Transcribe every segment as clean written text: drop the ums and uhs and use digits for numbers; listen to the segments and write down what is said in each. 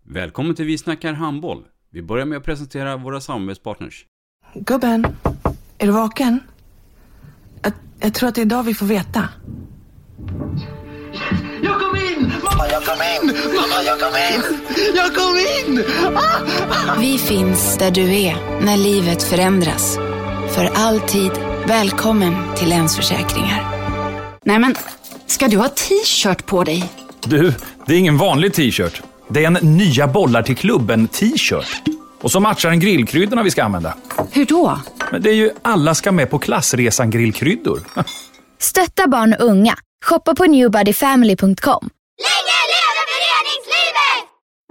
Välkommen till Vi snackar handboll. Vi börjar med att presentera våra samarbetspartners. Gubben, är du vaken? Jag tror att det är idag vi får veta. Jag kom in! Mamma, jag kom in! Mamma, jag kom in! Jag kom in! Vi finns där du är när livet förändras. För alltid välkommen till Länsförsäkringar. Nej men, ska du ha t-shirt på dig? Du, det är ingen vanlig t-shirt. Det är en nya bollar till klubben t-shirt. Och så matchar den grillkryddorna vi ska använda. Hur då? Men det är ju alla ska med på klassresan grillkryddor. Stötta barn och unga. Shoppa på newbodyfamily.com. Länge leve föreningslivet!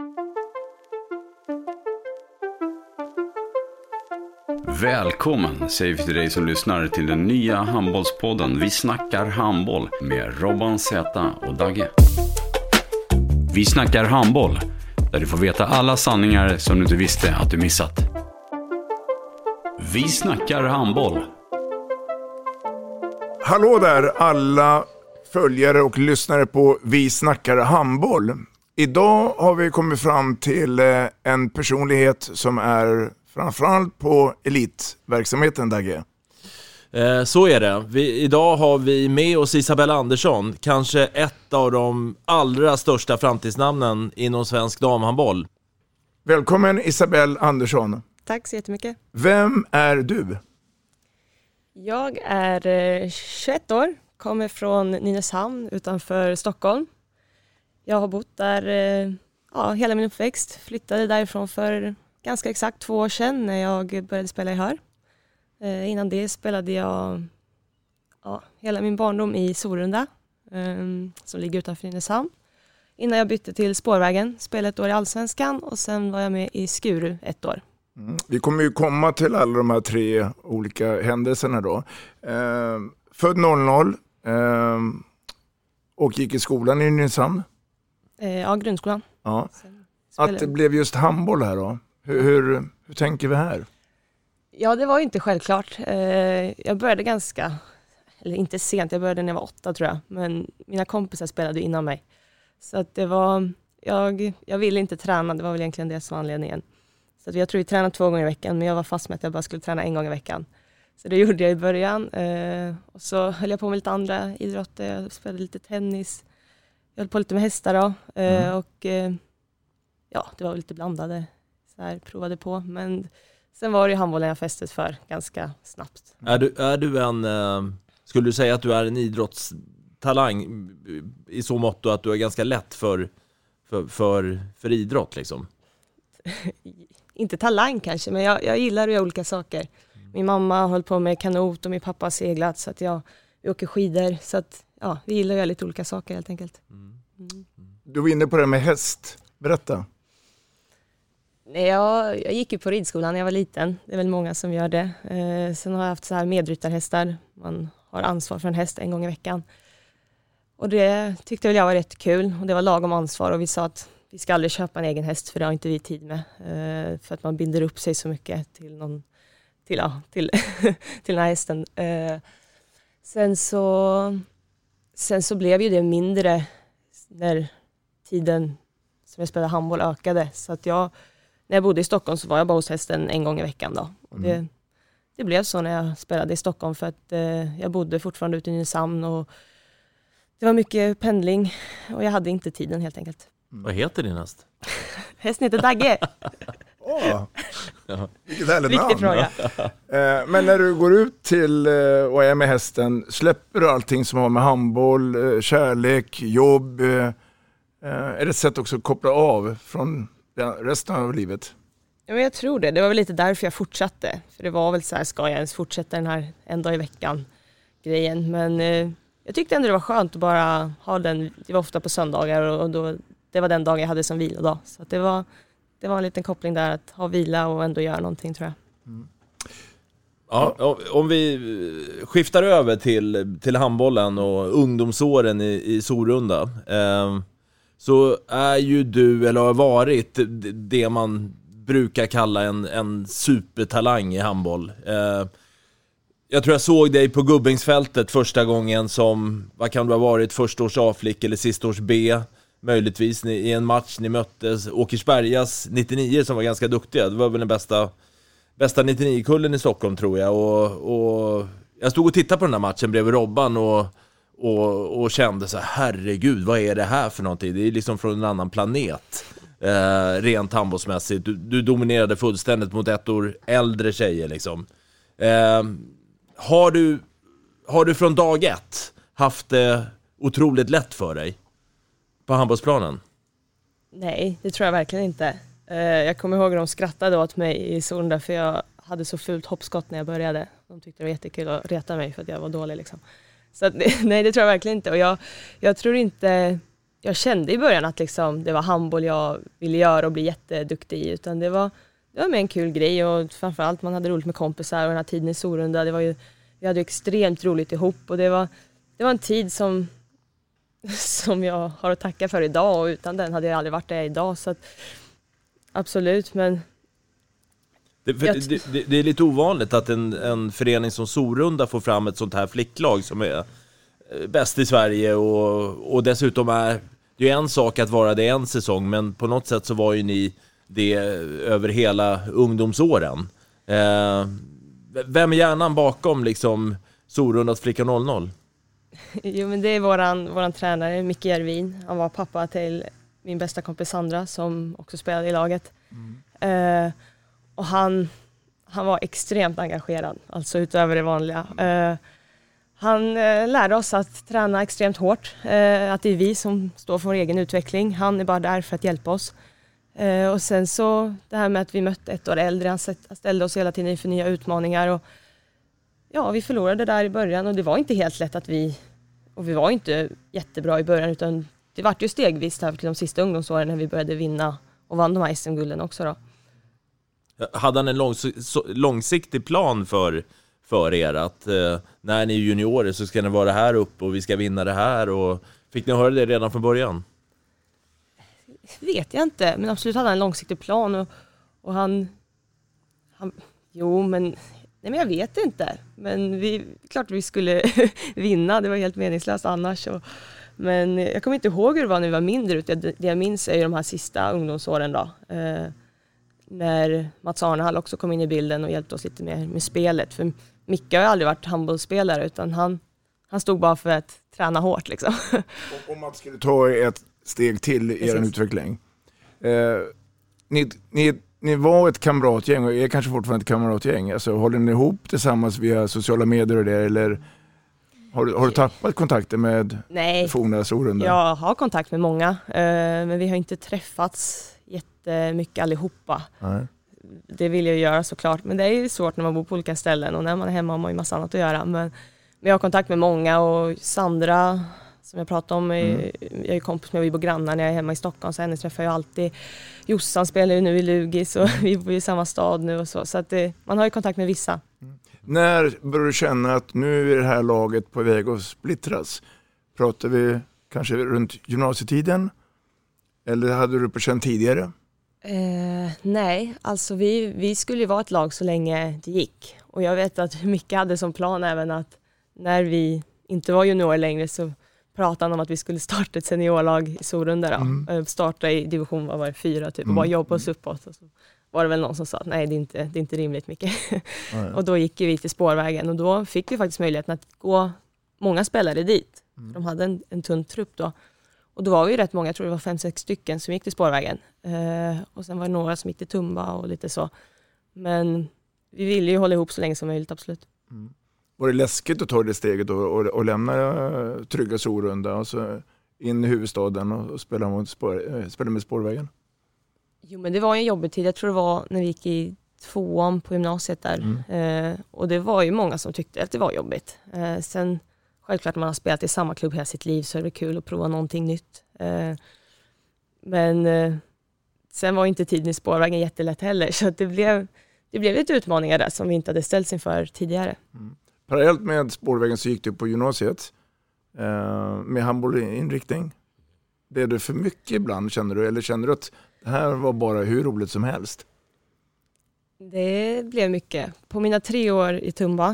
Välkommen säger vi till dig som lyssnar till den nya handbollspodden Vi snackar handboll med Robban Z och Dagge. Vi snackar handboll, där du får veta alla sanningar som du inte visste att du missat. Vi snackar handboll. Hallå där alla följare och lyssnare på Vi snackar handboll. Idag har vi kommit fram till en personlighet som är framförallt på elitverksamheten, Dagge. Så är det. Idag har vi med oss Isabelle Andersson, kanske ett av de allra största framtidsnamnen inom svensk damhandboll. Välkommen Isabelle Andersson. Tack så jättemycket. Vem är du? Jag är 21 år, kommer från Nynäshamn utanför Stockholm. Jag har bott där hela min uppväxt, flyttade därifrån för ganska exakt 2 år sedan när jag började spela i Hör. Innan det spelade jag hela min barndom i Sorunda som ligger utanför Nynäshamn. Innan jag bytte till Spårvägen, spelade 1 år i Allsvenskan och sen var jag med i Skuru 1 år. Vi kommer ju komma till alla de här 3 olika händelserna då. Född 00 och gick i skolan i Nynäshamn. Ja, grundskolan. Ja. Att det blev just handboll här då. Hur tänker vi här? Ja, det var ju inte självklart. Jag började inte sent, jag började när jag var 8 tror jag. Men mina kompisar spelade innan mig. Så att det var, jag ville inte träna, det var väl egentligen det som var anledningen. Så att jag tror vi tränade 2 gånger i veckan, men jag var fast med att jag bara skulle träna 1 gång i veckan. Så det gjorde jag i början. Och så höll jag på med lite andra idrotter, jag spelade lite tennis. Jag höll på lite med hästar då. Det var lite blandade. Så här, provade på, men sen var det ju handbollen jag fästes för ganska snabbt. Är du skulle du säga att du är en idrottstalang i så mått att du är ganska lätt för idrott liksom? Inte talang kanske, men jag gillar att göra olika saker. Min mamma höll på med kanot och min pappa har seglat, så att vi åker skidor, så att vi gillar att göra lite olika saker helt enkelt. Du var inne på det med häst. Berätta. Nej, jag gick ju på ridskolan när jag var liten. Det är väl många som gör det. Sen har jag haft så här medryttarhästar. Man har ansvar för en häst 1 gång i veckan. Och det tyckte väl jag var rätt kul. Och det var lagom ansvar. Och vi sa att vi ska aldrig köpa en egen häst, för det har inte vi tid med. För att man binder upp sig så mycket till till den här hästen. Sen så blev ju det mindre när tiden som jag spelade handboll ökade. Så att när jag bodde i Stockholm så var jag bara hos hästen 1 gång i veckan då. Och det blev så när jag spelade i Stockholm, för att jag bodde fortfarande ute i Nynäshamn och det var mycket pendling och jag hade inte tiden helt enkelt. Vad heter din häst? Hästen heter Dagge. Vilket härligt namn. Viktig fråga. Men när du går ut till och är med hästen, släpper du allting som har med handboll, kärlek, jobb? Är det ett sätt också att koppla av från resten av livet? Ja, men jag tror det. Det var väl lite därför jag fortsatte. För det var väl så här, ska jag ens fortsätta den här 1 dag i veckan grejen? Men jag tyckte ändå det var skönt att bara ha den. Det var ofta på söndagar och det var den dagen jag hade som vilodag. Så att det var en liten koppling där, att ha vila och ändå göra någonting, tror jag. Ja, om vi skiftar över till handbollen och ungdomsåren i Sorunda. Så är ju du, eller har varit, det man brukar kalla en supertalang i handboll. Jag tror jag såg dig på Gubbingsfältet första gången som, vad kan du ha varit, första års A-flick eller sista års B. möjligtvis i en match ni möttes Åkersbergas 99 som var ganska duktiga. Det var väl den bästa 99-kullen i Stockholm tror jag. Och jag stod och tittade på den här matchen bredvid Robban och kände så här, herregud, vad är det här för någonting? Det är liksom från en annan planet. Rent handbollsmässigt. Du dominerade fullständigt mot ett år äldre tjejer liksom. Har du från dag ett haft det otroligt lätt för dig på handbollsplanen? Nej, det tror jag verkligen inte. Jag kommer ihåg att de skrattade åt mig i Sorunda för jag hade så fult hoppskott när jag började. De tyckte det var jättekul att reta mig för att jag var dålig liksom. Så att, nej, det tror jag verkligen inte. Och jag tror inte... Jag kände i början att liksom, det var handboll jag ville göra och bli jätteduktig i. Utan det var med en kul grej och framförallt man hade roligt med kompisar och den här tiden i Sorunda. Vi hade extremt roligt ihop och det var en tid som jag har att tacka för idag och utan den hade jag aldrig varit där idag. Så att, absolut, men... Det är lite ovanligt att en förening som Sorunda får fram ett sånt här flicklag som är bäst i Sverige och dessutom är det är en sak att vara det en säsong, men på något sätt så var ju ni det över hela ungdomsåren. Vem är hjärnan bakom liksom Sorundas flicka 00? Jo, men det är våran tränare Micke Järvin. Han var pappa till min bästa kompis Sandra som också spelade i laget. Och han var extremt engagerad, alltså utöver det vanliga. Han lärde oss att träna extremt hårt, att det är vi som står för vår egen utveckling. Han är bara där för att hjälpa oss. Och sen så det här med att vi mötte ett år äldre, han ställde oss hela tiden inför nya utmaningar. Och ja, vi förlorade där i början och det var inte helt lätt vi var inte jättebra i början utan det var ju stegvis här till de sista ungdomsåren när vi började vinna och vann de här SM-gulden också då. Hade han en långsiktig plan för er att när ni är juniorer så ska ni vara här uppe och vi ska vinna det här, och fick ni höra det redan från början? Vet jag inte, men absolut hade han en långsiktig plan och han men jag vet inte, men klart vi skulle vinna, det var helt meningslöst annars men jag kommer inte ihåg hur det var när vi var mindre, utan det jag minns är ju de här sista ungdomsåren då. När Mats Arnehall också kom in i bilden och hjälpte oss lite mer med spelet. För Micke har ju aldrig varit handbollsspelare utan han stod bara för att träna hårt liksom. Om man skulle ta ett steg till i er utveckling. Ni var ett kamratgäng och är kanske fortfarande ett kamratgäng. Alltså, håller ni ihop tillsammans via sociala medier och det, eller har du tappat kontakten med forna Sorunda? Jag har kontakt med många, men vi har inte träffats jättemycket allihopa. Nej. Det vill jag göra såklart, men det är ju svårt när man bor på olika ställen och när man är hemma har man ju massa annat att göra. Men jag har kontakt med många och Sandra som jag pratade om, jag är kompis med, vi bor grannar när jag är hemma i Stockholm, så henne träffar jag alltid. Jossan spelar ju nu i Lugis och vi bor i samma stad nu och så att man har ju kontakt med vissa. När börjar du känna att nu är det här laget på väg att splittras? Pratar vi kanske runt gymnasietiden? Eller hade du på känt tidigare? Nej, alltså vi skulle ju vara ett lag så länge det gick. Och jag vet att Micke hade som plan även att när vi inte var junior längre så pratade han om att vi skulle starta ett seniorlag i Sorunda då. Starta i division 4 typ och bara jobba oss uppåt. Och så var det väl någon som sa att nej, det är inte rimligt mycket. Och då gick vi till Spårvägen och då fick vi faktiskt möjligheten att gå många spelare dit. De hade en tunn trupp då. Och då var vi rätt många, jag tror det var 5-6 stycken som gick till Spårvägen. Och sen var det några som gick till Tumba och lite så. Men vi ville ju hålla ihop så länge som möjligt, absolut. Var det läskigt att ta det steget och lämna trygga Sorunda och så in i huvudstaden och spela med Spårvägen? Jo, men det var en jobbig tid. Jag tror det var när vi gick i 2:an på gymnasiet där. Och det var ju många som tyckte att det var jobbigt. Sen självklart när man har spelat i samma klubb hela sitt liv så är det kul att prova någonting nytt. Men sen var inte tiden i Spårvägen jättelätt heller. Så att det blev lite utmaningar där som vi inte hade ställts inför tidigare. Parallellt med Spårvägen så gick du på gymnasiet med handbollsinriktning. Blev det för mycket ibland, känner du? Eller känner du att det här var bara hur roligt som helst? Det blev mycket. På mina 3 år i Tumba, gick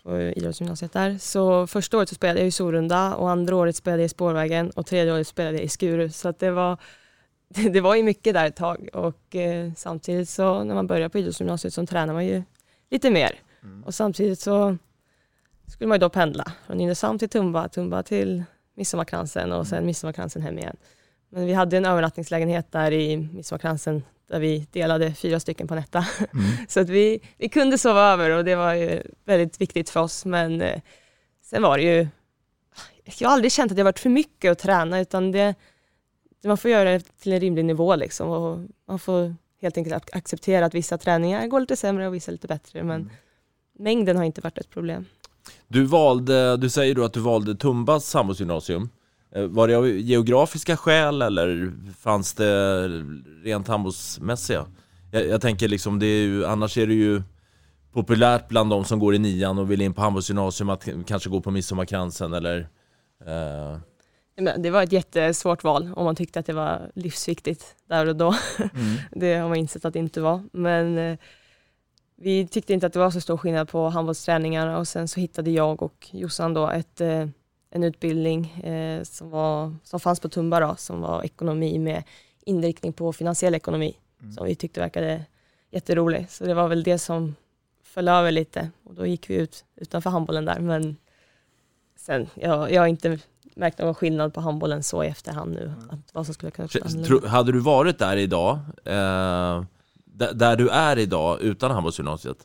på idrottsgymnasiet där. Så första året så spelade jag i Sorunda och andra året spelade jag i Spårvägen och tredje året spelade jag i Skuru. Så att det var ju mycket där ett tag och samtidigt så när man börjar på idrottsgymnasiet så tränar man ju lite mer. Och samtidigt så skulle man ju då pendla från Nynäshamn till Tumba till Midsommarkransen och sen Midsommarkransen hem igen. Men vi hade en övernattningslägenhet där i Midsommarkransen där vi delade 4 stycken på nätta. Så att vi kunde sova över och det var ju väldigt viktigt för oss. Men sen var det ju, jag har aldrig känt att det varit för mycket att träna utan man får göra det till en rimlig nivå liksom. Och man får helt enkelt acceptera att vissa träningar går lite sämre och vissa lite bättre. Men mängden har inte varit ett problem. Du säger då att du valde Tumbas handbollsgymnasium. Var det av geografiska skäl eller fanns det rent handbollsmässiga? Jag tänker liksom, annars är det ju populärt bland de som går i 9:an och vill in på handbollsgymnasium att kanske gå på Midsommarkransen eller... Det var ett jättesvårt val om man tyckte att det var livsviktigt där och då. Det har man insett att det inte var. Men vi tyckte inte att det var så stor skillnad på handbollsträningarna och sen så hittade jag och Jossan då en utbildning som fanns på Tumba då, som var ekonomi med inriktning på finansiell ekonomi som vi tyckte verkade jätterolig. Så det var väl det som föll över lite och då gick vi ut utanför handbollen där. Men sen, jag har inte märkt någon skillnad på handbollen så i efterhand nu. Att vad som skulle kunna hade du varit där idag, där du är idag utan handbollsgymnasiet?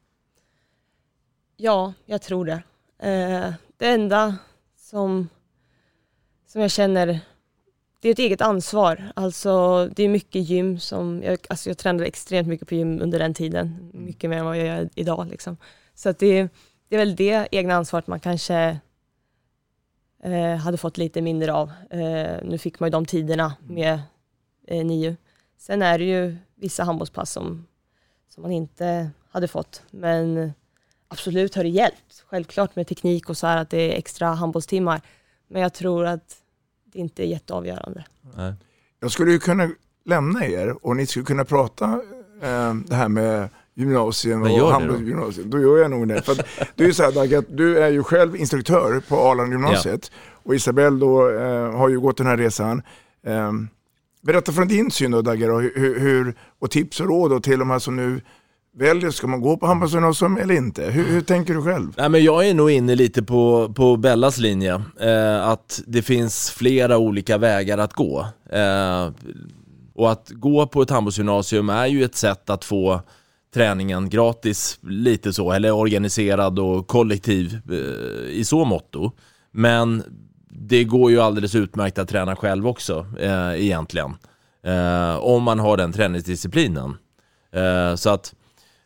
Ja, jag tror det. Det enda som jag känner, det är ett eget ansvar. Alltså det är mycket gym jag tränade extremt mycket på gym under den tiden. Mycket mer än vad jag gör idag liksom. Så att det är väl det egna ansvaret man kanske hade fått lite mindre av. Nu fick man ju de tiderna med 9. Sen är det ju vissa handbollspass som man inte hade fått. Men absolut har det hjälpt. Självklart med teknik och så här att det är extra handbollstimmar. Men jag tror att det inte är jätteavgörande. Nej. Jag skulle ju kunna lämna er och ni skulle kunna prata det här med gymnasium och handbollsgymnasium. Då gör jag nog det. För det är ju så här, Dag, att du är ju själv instruktör på Arlanda gymnasiet. Och Isabelle då har ju gått den här resan. Berätta från din syn då, Dag, hur och tips och råd och till de här som nu väljer, ska man gå på handbollsgymnasium eller inte? Hur tänker du själv? Nej, men jag är nog inne lite på Bellas linje. Att det finns flera olika vägar att gå. Och att gå på ett handbollsgymnasium är ju ett sätt att få träningen gratis, lite så, eller organiserad och kollektiv i så motto. Men det går ju alldeles utmärkt att träna själv också egentligen. Om man har den träningsdisciplinen. Så att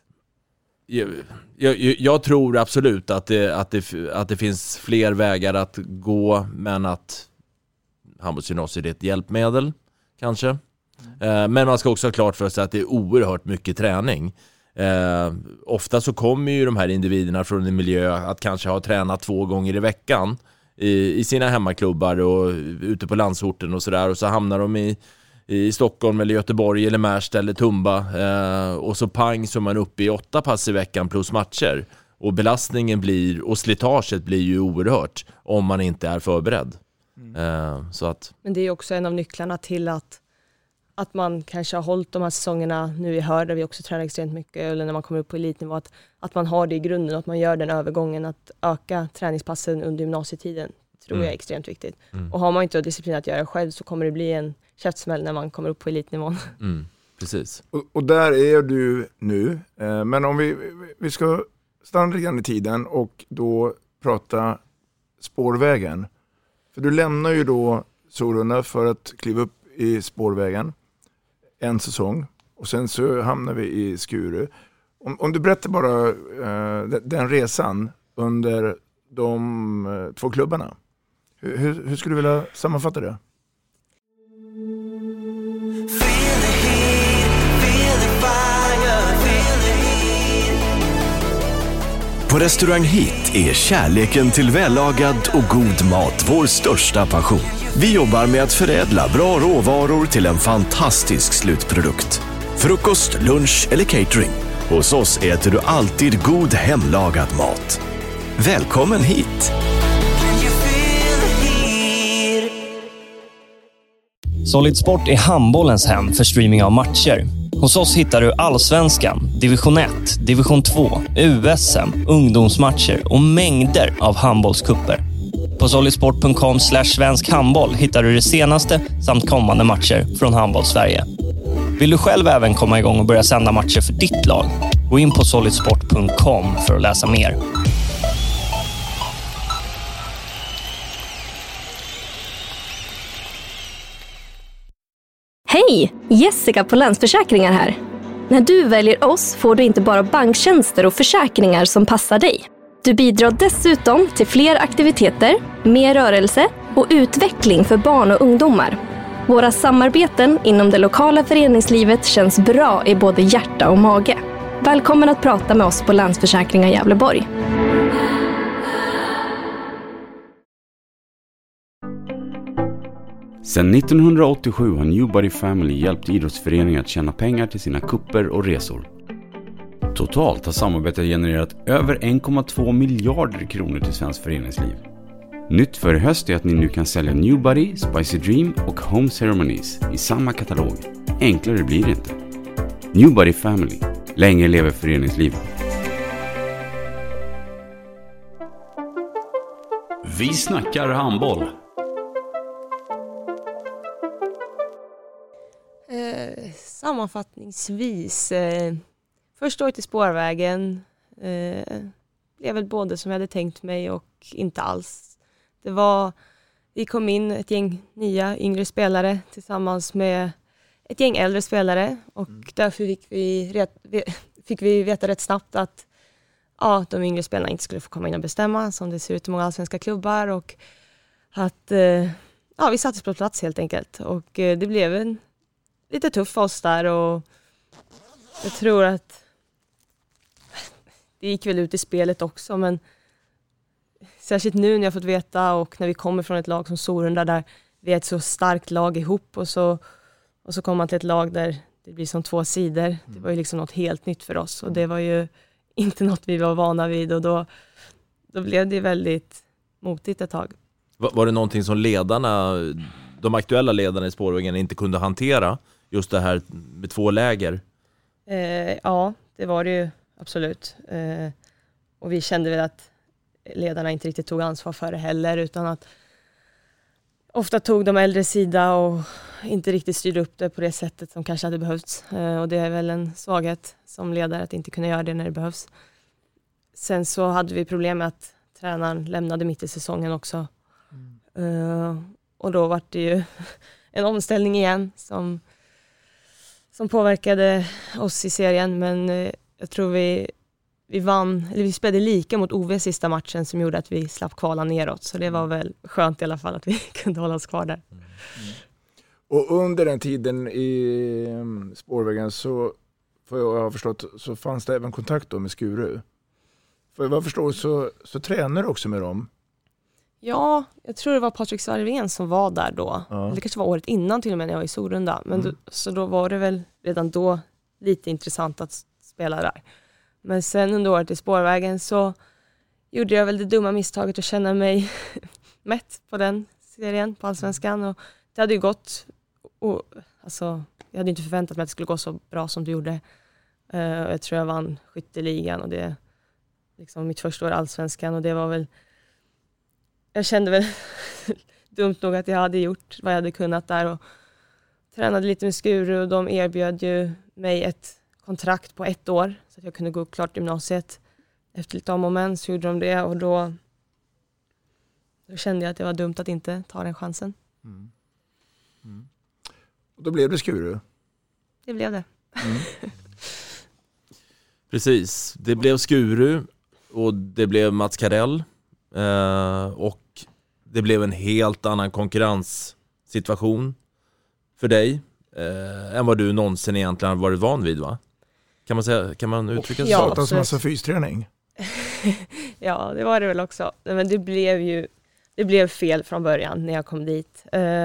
jag tror absolut att det finns fler vägar att gå, men att handbollsgymnasiet är ett hjälpmedel kanske. Men man ska också ha klart för sig att det är oerhört mycket träning. Ofta så kommer ju de här individerna från en miljö att kanske ha tränat 2 gånger i veckan i sina hemmaklubbar och ute på landsorten och sådär, och så hamnar de i Stockholm eller Göteborg eller Märsta eller Tumba och så pang så är man uppe i 8 pass i veckan plus matcher, och belastningen och slitaget blir ju oerhört om man inte är förberedd. Så att... Men det är också en av nycklarna till att man kanske har hållit de här säsongerna nu i Hör, där vi också tränar extremt mycket, eller när man kommer upp på elitnivå, att man har det i grunden och att man gör den övergången, att öka träningspassen under gymnasietiden tror jag är extremt viktigt. Och har man inte disciplin att göra själv så kommer det bli en käftsmäll när man kommer upp på elitnivån. Precis. Och där är du nu, men om vi ska stanna lite grann i tiden och då prata Spårvägen. För du lämnar ju då Sorunda för att kliva upp i Spårvägen en säsong och sen så hamnar vi i Skuru. Om du berättar bara den resan under de 2 klubbarna. Hur skulle du vilja sammanfatta det? På Restaurang Hit är kärleken till vällagad och god mat vår största passion. Vi jobbar med att förädla bra råvaror till en fantastisk slutprodukt. Frukost, lunch eller catering. Hos oss äter du alltid god hemlagad mat. Välkommen hit! Solid Sport är handbollens hem för streaming av matcher. Hos oss hittar du Allsvenskan, Division 1, Division 2, USM, ungdomsmatcher och mängder av handbollskupper. På solidsport.com/svensk handboll hittar du det senaste samt kommande matcher från Handboll Sverige. Vill du själv även komma igång och börja sända matcher för ditt lag? Gå in på solidsport.com för att läsa mer. Hej! Jessica på Länsförsäkringar här. När du väljer oss får du inte bara banktjänster och försäkringar som passar dig. Du bidrar dessutom till fler aktiviteter, mer rörelse och utveckling för barn och ungdomar. Våra samarbeten inom det lokala föreningslivet känns bra i både hjärta och mage. Välkommen att prata med oss på Länsförsäkringar Gävleborg. Sedan 1987 har Newbody Family hjälpt idrottsföreningar att tjäna pengar till sina kupper och resor. Totalt har samarbetet genererat över 1,2 miljarder kronor till svensk föreningsliv. Nytt för i höst är att ni nu kan sälja Newbody, Spicy Dream och Home Ceremonies i samma katalog. Enklare blir det inte. Newbody Family. Länge lever föreningslivet. Vi snackar handboll. Sammanfattningsvis, första året i Spårvägen blev väl både som jag hade tänkt mig och inte alls. Vi kom in ett gäng nya yngre spelare tillsammans med ett gäng äldre spelare och därför fick vi veta rätt snabbt att de yngre spelarna inte skulle få komma in och bestämma som det ser ut i många allsvenska klubbar och att vi sattes på plats helt enkelt och det blev lite tufft för oss där och jag tror att det gick väl ut i spelet också men särskilt nu när jag fått veta och när vi kommer från ett lag som Sorunda där vi är ett så starkt lag ihop och så kommer man till ett lag där det blir som två sidor. Det var ju liksom något helt nytt för oss och det var ju inte något vi var vana vid och då blev det väldigt motigt ett tag. Var det någonting som de aktuella ledarna i Spårvägen inte kunde hantera? Just det här med två läger? Ja, det var det ju absolut. Och vi kände väl att ledarna inte riktigt tog ansvar för det heller utan att ofta tog de äldre sida och inte riktigt styrde upp det på det sättet som kanske hade behövts. Och det är väl en svaghet som ledare att inte kunna göra det när det behövs. Sen så hade vi problem med att tränaren lämnade mitt i säsongen också. Och då var det ju en omställning igen som påverkade oss i serien. Men jag tror vi vann, eller vi spelade lika mot OV sista matchen som gjorde att vi slapp kvala neråt. Så det var väl skönt i alla fall att vi kunde hålla oss kvar där. Och under den tiden i Spårvägen så, för jag har förstått, så fanns det även kontakt då med Skuru. För vad jag förstår så tränar du också med dem. Ja, jag tror det var Patrik Sarvén som var där då. Ja. Det kanske var året innan till och med när jag var i Sorunda. Men så då var det väl redan då lite intressant att spela där. Men sen under året i Spårvägen så gjorde jag väl det dumma misstaget att känna mig mätt på den serien på Allsvenskan. Och det hade ju gått, alltså, jag hade inte förväntat mig att det skulle gå så bra som det gjorde. Jag tror jag vann skytteligan och det liksom mitt första år i Allsvenskan och det var väl, jag kände väl dumt nog att jag hade gjort vad jag hade kunnat där och tränade lite med Skuru och de erbjöd ju mig ett kontrakt på 1 år så att jag kunde gå klart gymnasiet. Efter lite om och men så gjorde de det och då kände jag att det var dumt att inte ta den chansen. Och då blev det Skuru? Det blev det. Precis, det blev Skuru och det blev Mats Karell och det blev en helt annan konkurrenssituation för dig än vad du någonsin egentligen varit van vid, va? Kan man uttrycka så? Ja, det massa fysträning. Ja, det var det väl också. Men det blev fel från början när jag kom dit.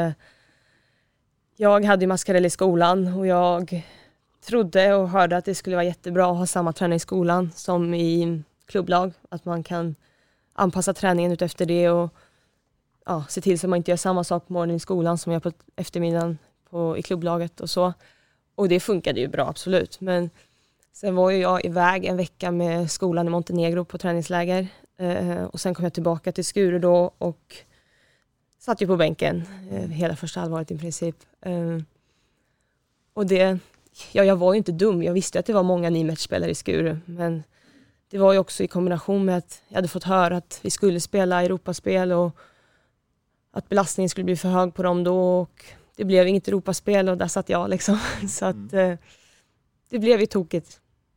Jag hade ju maskarell i skolan och jag trodde och hörde att det skulle vara jättebra att ha samma tränare i skolan som i klubblag. Att man kan anpassa träningen ut efter det och se till så man inte gör samma sak på morgonen i skolan som jag gör på eftermiddagen i klubblaget och så. Och det funkade ju bra, absolut. Men sen var ju jag iväg en vecka med skolan i Montenegro på träningsläger. Och sen kom jag tillbaka till Skuru då och satt ju på bänken hela första halvåret i princip. Och jag var ju inte dum. Jag visste att det var många nymatchspelare i Skuru. Men det var ju också i kombination med att jag hade fått höra att vi skulle spela Europaspel och att belastningen skulle bli för hög på dem då. Och det blev inget Europaspel och där satt jag liksom. Så att det blev ju tokigt.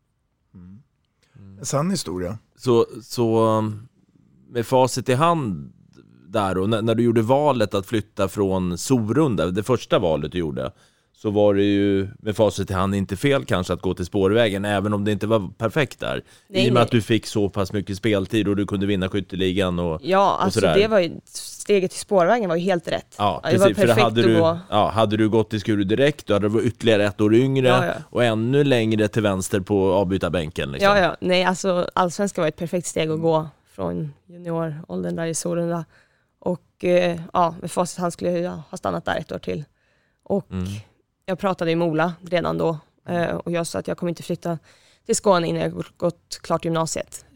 En sann historia. Så med facit i hand där och när du gjorde valet att flytta från Sorunda, det första valet du gjorde, så var det ju med facit i hand inte fel kanske att gå till Spårvägen, även om det inte var perfekt där. I och med att du fick så pass mycket speltid och du kunde vinna skytteligan och alltså sådär. Det var ju, steget till Spårvägen var ju helt rätt. Ja, det var perfekt hade du gått till Skuru direkt, då hade du varit ytterligare ett år yngre och ännu längre till vänster på avbytarbänken. Liksom. Nej, alltså allsvenska var ett perfekt steg att gå från junioråldern där i Sorunda. Och med facit han skulle jag ha stannat där ett år till. Och jag pratade i Mola redan då och jag sa att jag kommer inte flytta till Skåne innan jag gått klart gymnasiet.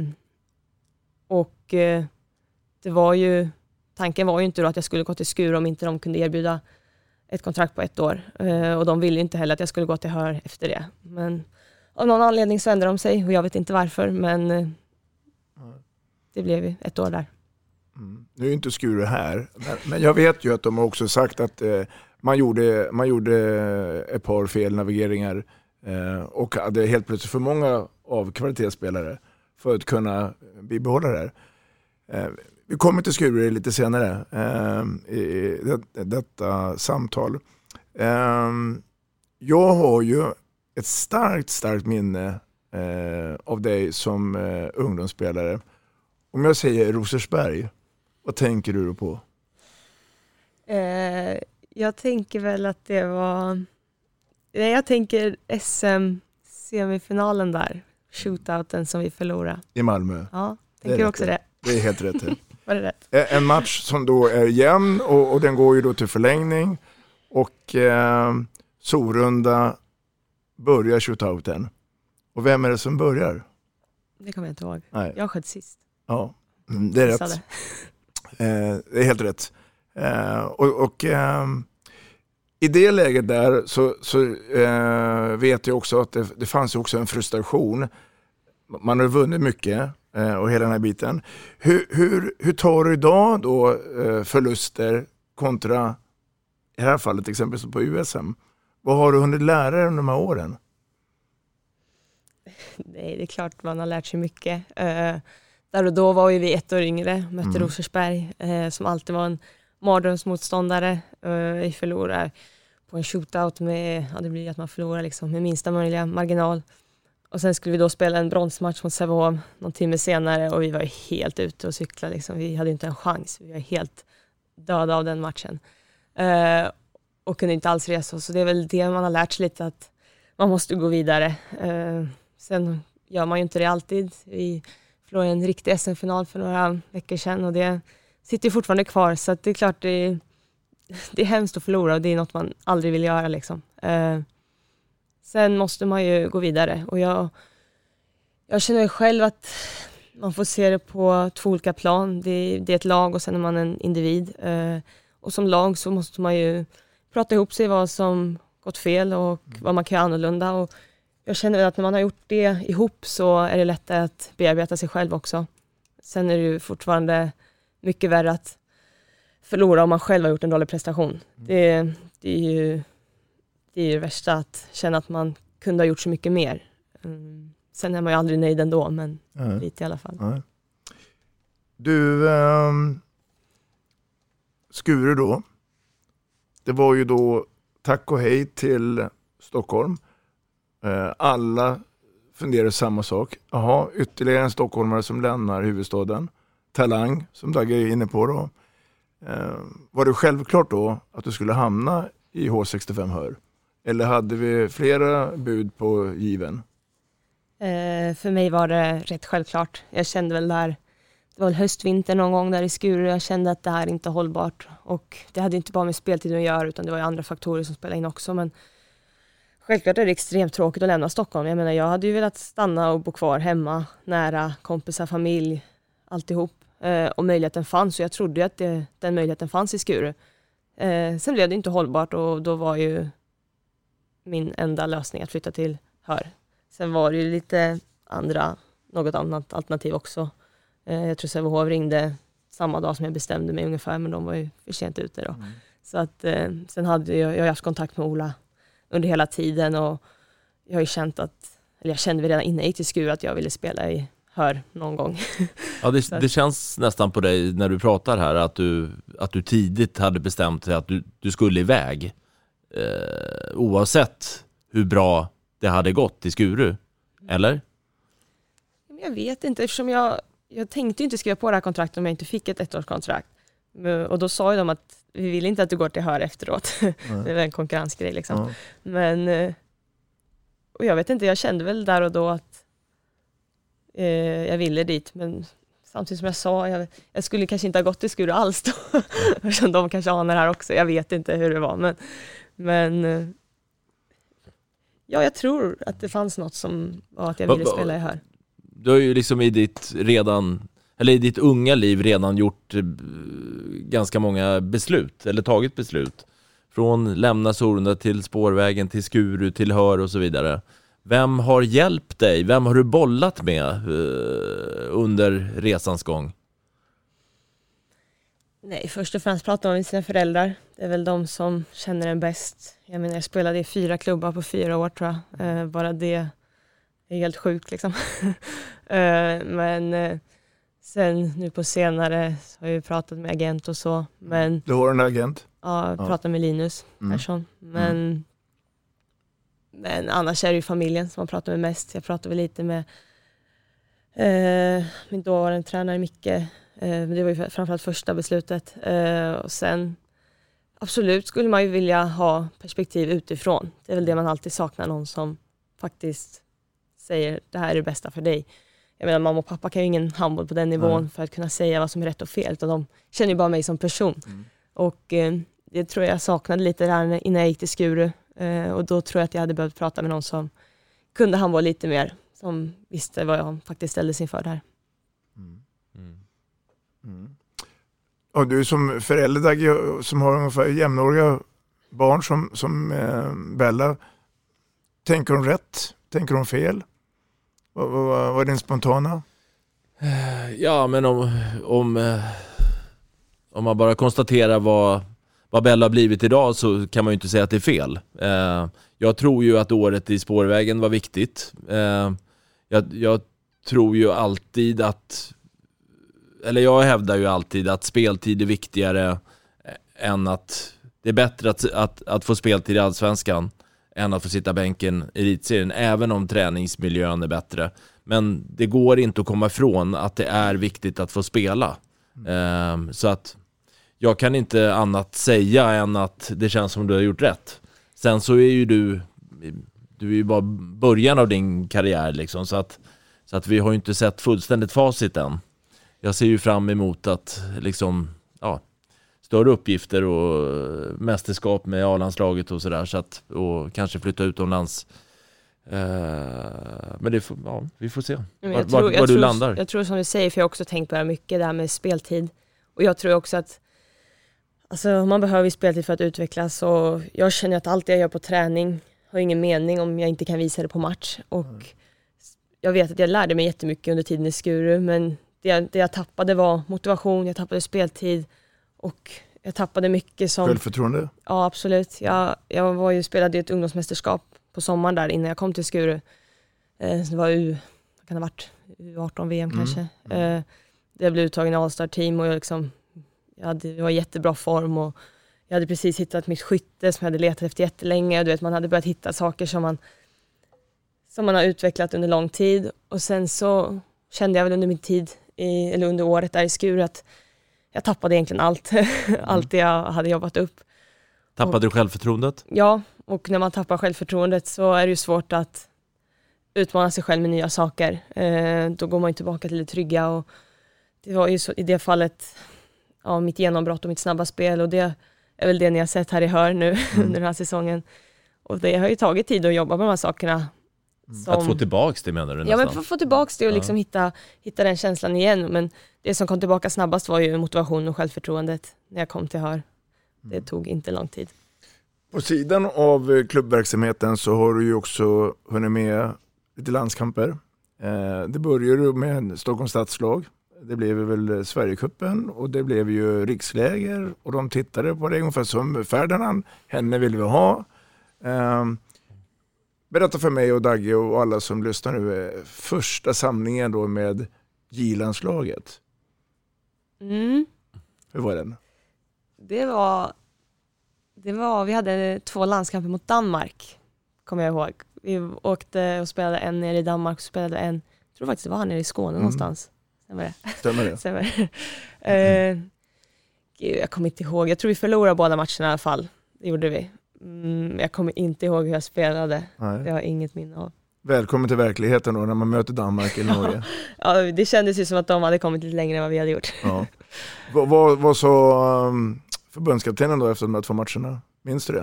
Tanken var ju inte då att jag skulle gå till Skuru om inte de kunde erbjuda ett kontrakt på 1 år. Och de ville inte heller att jag skulle gå till Hör efter det. Men av någon anledning så ändrade de sig och jag vet inte varför, men det blev ju 1 år där. Nu är ju inte Skuru här, men jag vet ju att de har också sagt att man gjorde ett par felnavigeringar och hade helt plötsligt för många av kvalitetsspelare för att kunna bibehålla det här. Vi kommer till Skuru lite senare i detta samtal. Jag har ju ett starkt minne av dig som ungdomsspelare. Om jag säger Rosersberg, vad tänker du på? Jag tänker väl att det var... Jag tänker SM-semifinalen där. Shootouten som vi förlorade. I Malmö? Ja, tänker också det. Det är helt rätt. Var det rätt? En match som då är jämn och den går ju då till förlängning. Och Sorunda börjar shootouten. Och vem är det som börjar? Det kommer jag inte ihåg. Nej. Jag sköt sist. Ja, det är rätt. Det är helt rätt. I det läget där så vet jag också att det fanns också en frustration. Man har vunnit mycket och hela den här biten. Hur tar du idag då förluster kontra i det här fallet exempelvis på USM? Vad har du hunnit lära dig under de här åren? Nej, det är klart man har lärt sig mycket. Där och då var ju vi 1 år yngre, mötte Rosersberg som alltid var en mardrömsmotståndare. Vi förlorar på en shootout med, det blir att man förlorar liksom med minsta möjliga marginal. Och sen skulle vi då spela en bronsmatch mot Sävehof någon timme senare och vi var helt ute och cykla liksom. Vi hade inte en chans, vi var helt döda av den matchen. Och kunde inte alls resa oss. Så det är väl det man har lärt sig lite, att man måste gå vidare. Sen gör man ju inte det alltid. Vi förlorade en riktig SM-final för några veckor sedan och det sitter fortfarande kvar. Så att det är klart det är hemskt att förlora och det är något man aldrig vill göra. Liksom. Sen måste man ju gå vidare. Och jag känner själv att man får se det på 2 olika plan. Det är ett lag och sen är man en individ. Och som lag så måste man ju prata ihop sig vad som gått fel och vad man kan göra annorlunda. Och jag känner att när man har gjort det ihop så är det lättare att bearbeta sig själv också. Sen är det ju fortfarande mycket värre att förlora om man själv har gjort en dålig prestation. Det är ju det värsta, att känna att man kunde ha gjort så mycket mer. Sen är man ju aldrig nöjd ändå, men lite i alla fall. Nej. Du, Skuru då. Det var ju då tack och hej till Stockholm. Alla funderar samma sak. Jaha, ytterligare en stockholmare som lämnar huvudstaden. Talang, som Dagge är inne på då. Var det självklart då att du skulle hamna i H65 Hör? Eller hade vi flera bud på given? För mig var det rätt självklart. Jag kände väl där, det var väl höstvinter någon gång där i Skuru. Jag kände att det här är inte hållbart. Och det hade inte bara med speltiden att göra, utan det var ju andra faktorer som spelade in också. Men självklart är det extremt tråkigt att lämna Stockholm. Jag menar, jag hade ju velat stanna och bo kvar hemma, nära kompisar, familj, alltihop. Och möjligheten fanns, och jag trodde att den möjligheten fanns i Skuru. Sen blev det inte hållbart, och då var ju min enda lösning att flytta till Hör. Sen var det ju lite något annat alternativ också. Jag tror Sävehof ringde samma dag som jag bestämde mig ungefär, men de var ju för sent ute då. Så att sen hade jag haft kontakt med Ola under hela tiden, och jag har ju jag kände redan innan jag gick till Skuru att jag ville spela i Hör någon gång. Ja, det känns nästan på dig när du pratar här att du tidigt hade bestämt sig att du skulle iväg. Oavsett hur bra det hade gått i Skuru, eller? Jag vet inte, eftersom jag tänkte ju inte skriva på det här kontraktet om jag inte fick ett ettårskontrakt. Och då sa ju de att vi vill inte att du går till Hör efteråt. Det är en konkurrensgrej liksom. Men och jag vet inte, jag kände väl där och då att jag ville dit, men samtidigt som jag sa, jag skulle kanske inte ha gått till Skuru alls då. Eftersom de kanske anar här också. Jag vet inte hur det var, men ja, jag tror att det fanns något som var att jag ville spela i Hör. Du har ju liksom i ditt unga liv redan gjort ganska många beslut, eller tagit beslut. Från lämna Sorunda till Spårvägen, till Skuru, till Hör och så vidare. Vem har hjälpt dig? Vem har du bollat med under resans gång? Nej, först och främst pratar man med sina föräldrar. Det är väl de som känner en bäst. Jag menar, jag spelade i 4 klubbar på 4 år tror jag. Bara det är helt sjukt liksom. Men sen nu på senare så har jag pratat med agent och så. Men, du har en agent? Ja, jag pratade med Linus Persson. Men annars är det ju familjen som man pratar med mest. Jag pratar väl lite med min dåvarande tränare Micke. Det var ju framförallt första beslutet. Och sen absolut skulle man ju vilja ha perspektiv utifrån. Det är väl det man alltid saknar, någon som faktiskt säger det här är det bästa för dig. Jag menar, mamma och pappa kan ju ingen handboll på den nivån för att kunna säga vad som är rätt och fel. Utan de känner ju bara mig som person. Och det tror jag saknade lite där innan jag gick till Skuru. Och då tror jag att jag hade behövt prata med någon som kunde handboll lite mer. Som visste vad jag faktiskt ställdes inför där. Och du som förälder som har ungefär jämnåriga barn som Bella, tänker hon rätt? Tänker hon fel? Vad är din spontana? Ja, men om man bara konstaterar vad Bella har blivit idag, så kan man ju inte säga att det är fel. Jag tror ju att året i Spårvägen var viktigt. Jag tror ju alltid jag hävdar ju alltid att speltid är viktigare än att det är bättre att få speltid i Allsvenskan än att få sitta bänken i elitserien, även om träningsmiljön är bättre. Men det går inte att komma ifrån att det är viktigt att få spela. Så att jag kan inte annat säga än att det känns som du har gjort rätt. Sen så är ju du är ju bara början av din karriär liksom, så att vi har ju inte sett fullständigt facit än. Jag ser ju fram emot att liksom, större uppgifter och mästerskap med A-landslaget och sådär, så att, och kanske flytta utomlands. Men vi får se var du landar. Jag tror som du säger, för jag har också tänkt på det här mycket, det här med speltid. Och jag tror också att man behöver speltid för att utvecklas, och jag känner att allt jag gör på träning har ingen mening om jag inte kan visa det på match. Och jag vet att jag lärde mig jättemycket under tiden i Skuru, men det jag tappade var motivation, jag tappade speltid och jag tappade mycket som... Självförtroende? Ja, absolut. Jag spelade ett ungdomsmästerskap på sommaren där innan jag kom till Skuru. Det var U18-VM kanske. Jag blev uttagen i All-Star-team och jag var i jättebra form, och jag hade precis hittat mitt skytte som jag hade letat efter jättelänge. Du vet, man hade börjat hitta saker som man har utvecklat under lång tid, och sen så kände jag väl under min tid eller under året där i Skuru att jag tappade egentligen allt det jag hade jobbat upp. Tappade du självförtroendet? Ja, och när man tappar självförtroendet så är det ju svårt att utmana sig själv med nya saker. Då går man ju tillbaka till det trygga, och det var ju så, i det fallet mitt genombrott och mitt snabba spel, och det är väl det ni har sett här i Hör nu under den här säsongen. Och det har ju tagit tid att jobba med de här sakerna. Att få tillbaks det, menar du nästan? Ja, men få tillbaks det och liksom hitta den känslan igen. Men det som kom tillbaka snabbast var ju motivation och självförtroendet när jag kom till Hör. Det tog inte lång tid. På sidan av klubbverksamheten så har du ju också hunnit med lite landskamper. Det började med Stockholms stadslag. Det blev väl Sverigecupen och det blev ju riksläger. Och de tittade på det ungefär som Ferdinand. Henne vill vi ha. Berätta för mig och Dagge och alla som lyssnar nu. Första samlingen då med J-landslaget. Hur var den? Det var, vi hade 2 landskamper mot Danmark, kommer jag ihåg. Vi åkte och spelade en nere i Danmark och spelade en, jag tror faktiskt det var här nere i Skåne någonstans. Stämmer det? Stämmer. Jag kommer inte ihåg, jag tror vi förlorade båda matcherna i alla fall. Det gjorde vi. Jag kommer inte ihåg hur jag spelade. Nej. Det har inget minne av. Välkommen till verkligheten då när man möter Danmark eller Norge. Ja, det kändes ju som att de hade kommit lite längre än vad vi hade gjort. Ja. Vad sa förbundskaptenen då efter de här 2 matcherna? Minns du det?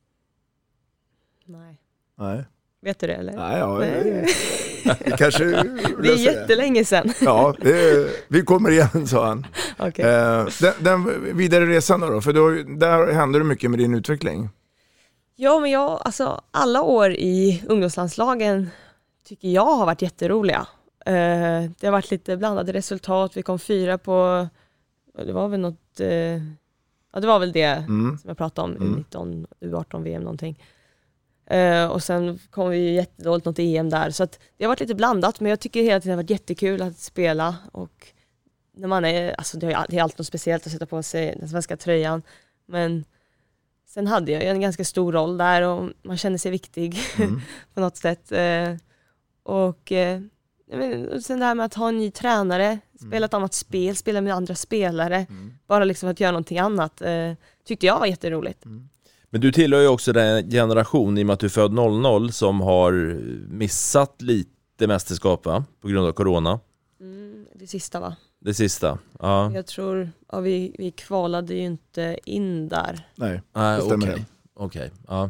Nej. Vet du det eller? Nej. Kanske det är jättelänge sedan. Ja, vi kommer igen, sa han. Okay. Den vidare resan då, för där händer det mycket med din utveckling. Ja, men alla år i ungdomslandslagen tycker jag har varit jätteroliga. Det har varit lite blandade resultat. Vi kom 4 på, det var väl något, det var väl det som jag pratade om, U19, U18 VM någonting. Och sen kom vi ju jättedåligt något EM där, så att det har varit lite blandat, men jag tycker hela tiden det har varit jättekul att spela, och när man är, det är alltid något speciellt att sätta på sig den svenska tröjan, men sen hade jag en ganska stor roll där och man kände sig viktig på något sätt, och sen det här med att ha en ny tränare, spela ett annat spel, spela med andra spelare, bara liksom att göra någonting annat, tyckte jag var jätteroligt. Men du tillhör ju också den generation, i och med att du är född 00, som har missat lite mästerskap, va? På grund av corona. Det sista, va? Det sista, ja. Jag tror, vi kvalade ju inte in där. Nej, det stämmer det. Okej, ja.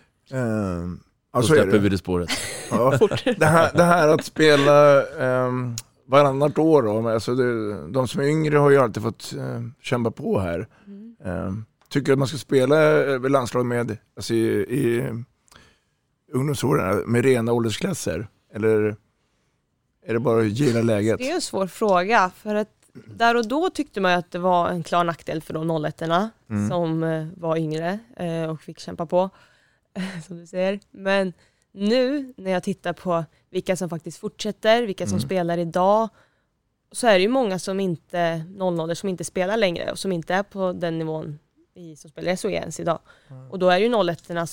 Då släpper vi det spåret. Ja. det här att spela varannat år då, alltså de som är yngre har ju alltid fått kämpa på här. Tycker du att man ska spela landslag med, alltså i ungdomsåren med rena åldersklasser? Eller är det bara att gilla läget? Det är en svår fråga, för att där och då tyckte man att det var en klar nackdel för de 01-erna som var yngre och fick kämpa på, som du säger. Men nu när jag tittar på vilka som faktiskt fortsätter, vilka som spelar idag, så är det ju många som inte 00 som inte spelar längre och som inte är på den nivån som spelar SHE ens idag. Och då är det ju 01-erna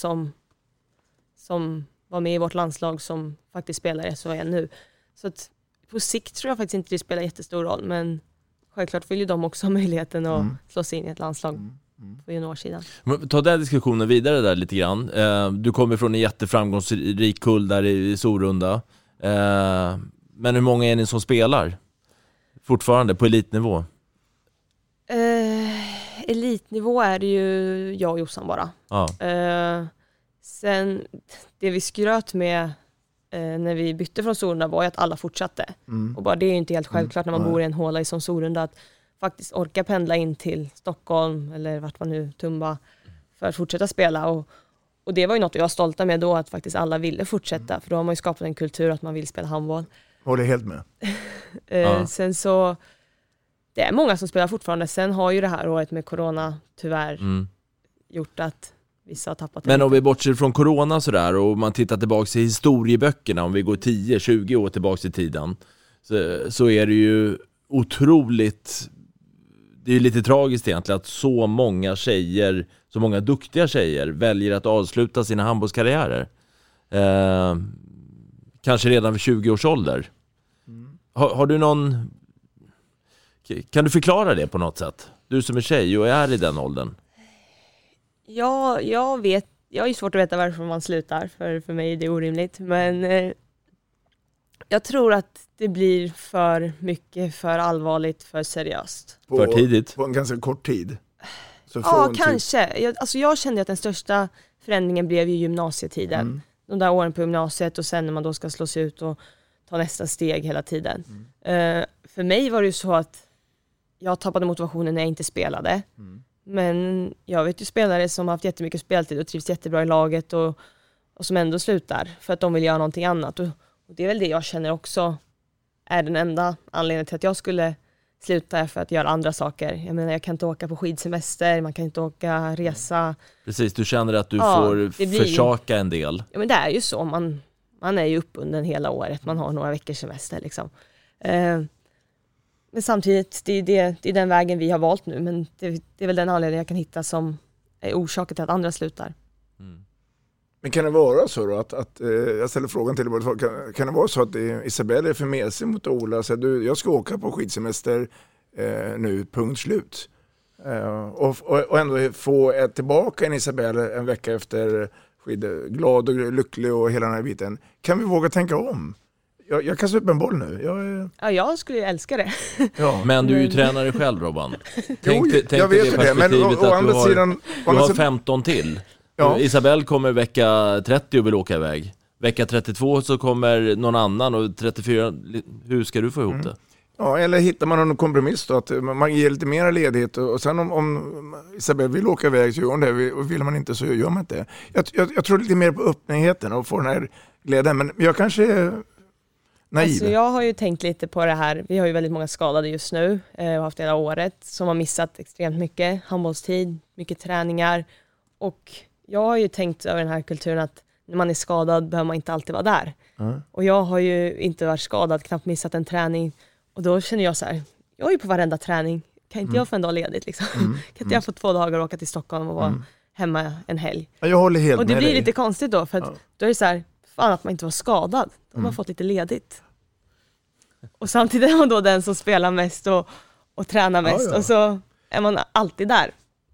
som var med i vårt landslag som faktiskt spelar SHE nu. Så att på sikt tror jag faktiskt inte det spelar jättestor roll, men självklart vill ju de också ha möjligheten att slå sig in i ett landslag på juniorsidan. Ta den diskussionen vidare där lite grann. Du kommer från en jätteframgångsrik kull där i Sorunda. Men hur många är ni som spelar fortfarande på elitnivå? Elitnivå är det ju jag och Jossan bara. Ja. Sen det vi skröt med när vi bytte från Sorunda var ju att alla fortsatte. Och bara det är ju inte helt självklart när man bor i en håla i som Sorunda att faktiskt orka pendla in till Stockholm eller vart man nu Tumba för att fortsätta spela. Och det var ju något jag var stolta med då, att faktiskt alla ville fortsätta, för då har man ju skapat en kultur att man vill spela handboll. Håller helt med. Sen så det är många som spelar fortfarande. Sen har ju det här året med corona tyvärr gjort att vissa har tappat. Men om vi bortser från corona sådär och man tittar tillbaka i historieböckerna, om vi går 10-20 år tillbaka i tiden, så är det ju otroligt, det är ju lite tragiskt egentligen att så många tjejer, så många duktiga tjejer väljer att avsluta sina handbollskarriärer. Kanske redan vid 20 års ålder. Har du någon... Kan du förklara det på något sätt? Du som är tjej och är i den åldern. Ja, jag vet. Jag är svårt att veta varför man slutar. För mig är det orimligt. Men Jag tror att det blir för mycket, för allvarligt, för seriöst. För tidigt? På en ganska kort tid? Så ja, kanske. Jag kände att den största förändringen blev ju gymnasietiden. De där åren på gymnasiet och sen när man då ska slås ut och ta nästa steg hela tiden. För mig var det ju så att jag tappade motivationen när jag inte spelade. Men jag vet ju spelare som har haft jättemycket speltid och trivs jättebra i laget och som ändå slutar för att de vill göra någonting annat. Och det är väl det jag känner också är den enda anledningen till att jag skulle sluta för att göra andra saker. Jag menar, jag kan inte åka på skidsemester, man kan inte åka resa. Precis, du känner att du får försaka en del. Ja, men det är ju så. Man är ju uppbunden hela året. Man har några veckors semester liksom. Men samtidigt, det är den vägen vi har valt nu. Men det är väl den anledningen jag kan hitta som är orsaken till att andra slutar. Men kan det vara så då att jag ställer frågan till dig, kan det vara så att Isabelle är för mesig mot Ola? Så jag ska åka på skidsemester nu, punkt slut. Och ändå få tillbaka en Isabelle en vecka efter glad och lycklig och hela den här biten. Kan vi våga tänka om? Jag kastar upp en boll nu. Ja, jag skulle ju älska det. Ja. Men du är ju tränare själv, Robban. Tänk jag vet det, men å andra sidan... Du har 15 till. Ja. Isabelle kommer vecka 30 och vill åka iväg. Vecka 32 så kommer någon annan och 34, hur ska du få ihop det? Ja, eller hittar man någon kompromiss då, att man ger lite mer ledighet och sen om Isabelle vill åka iväg så gör hon det, och vill man inte så gör man inte. Jag tror lite mer på öppenheten och få den här glädjen, men jag kanske är naiv. Alltså jag har ju tänkt lite på det här, vi har ju väldigt många skadade just nu och haft hela året som har missat extremt mycket handbollstid, mycket träningar, och jag har ju tänkt över den här kulturen att när man är skadad behöver man inte alltid vara där. Och jag har ju inte varit skadad, knappt missat en träning. Och då känner jag så här, jag är ju på varenda träning. Kan inte jag få en dag ledigt liksom? Kan inte jag få 2 dagar och åka till Stockholm och vara hemma en helg? Ja, jag håller helt och det med blir dig. lite konstigt då, för att då är det så här, fan att man inte var skadad. Då har man fått lite ledigt. Och samtidigt är man då den som spelar mest och tränar mest. Och så är man alltid där.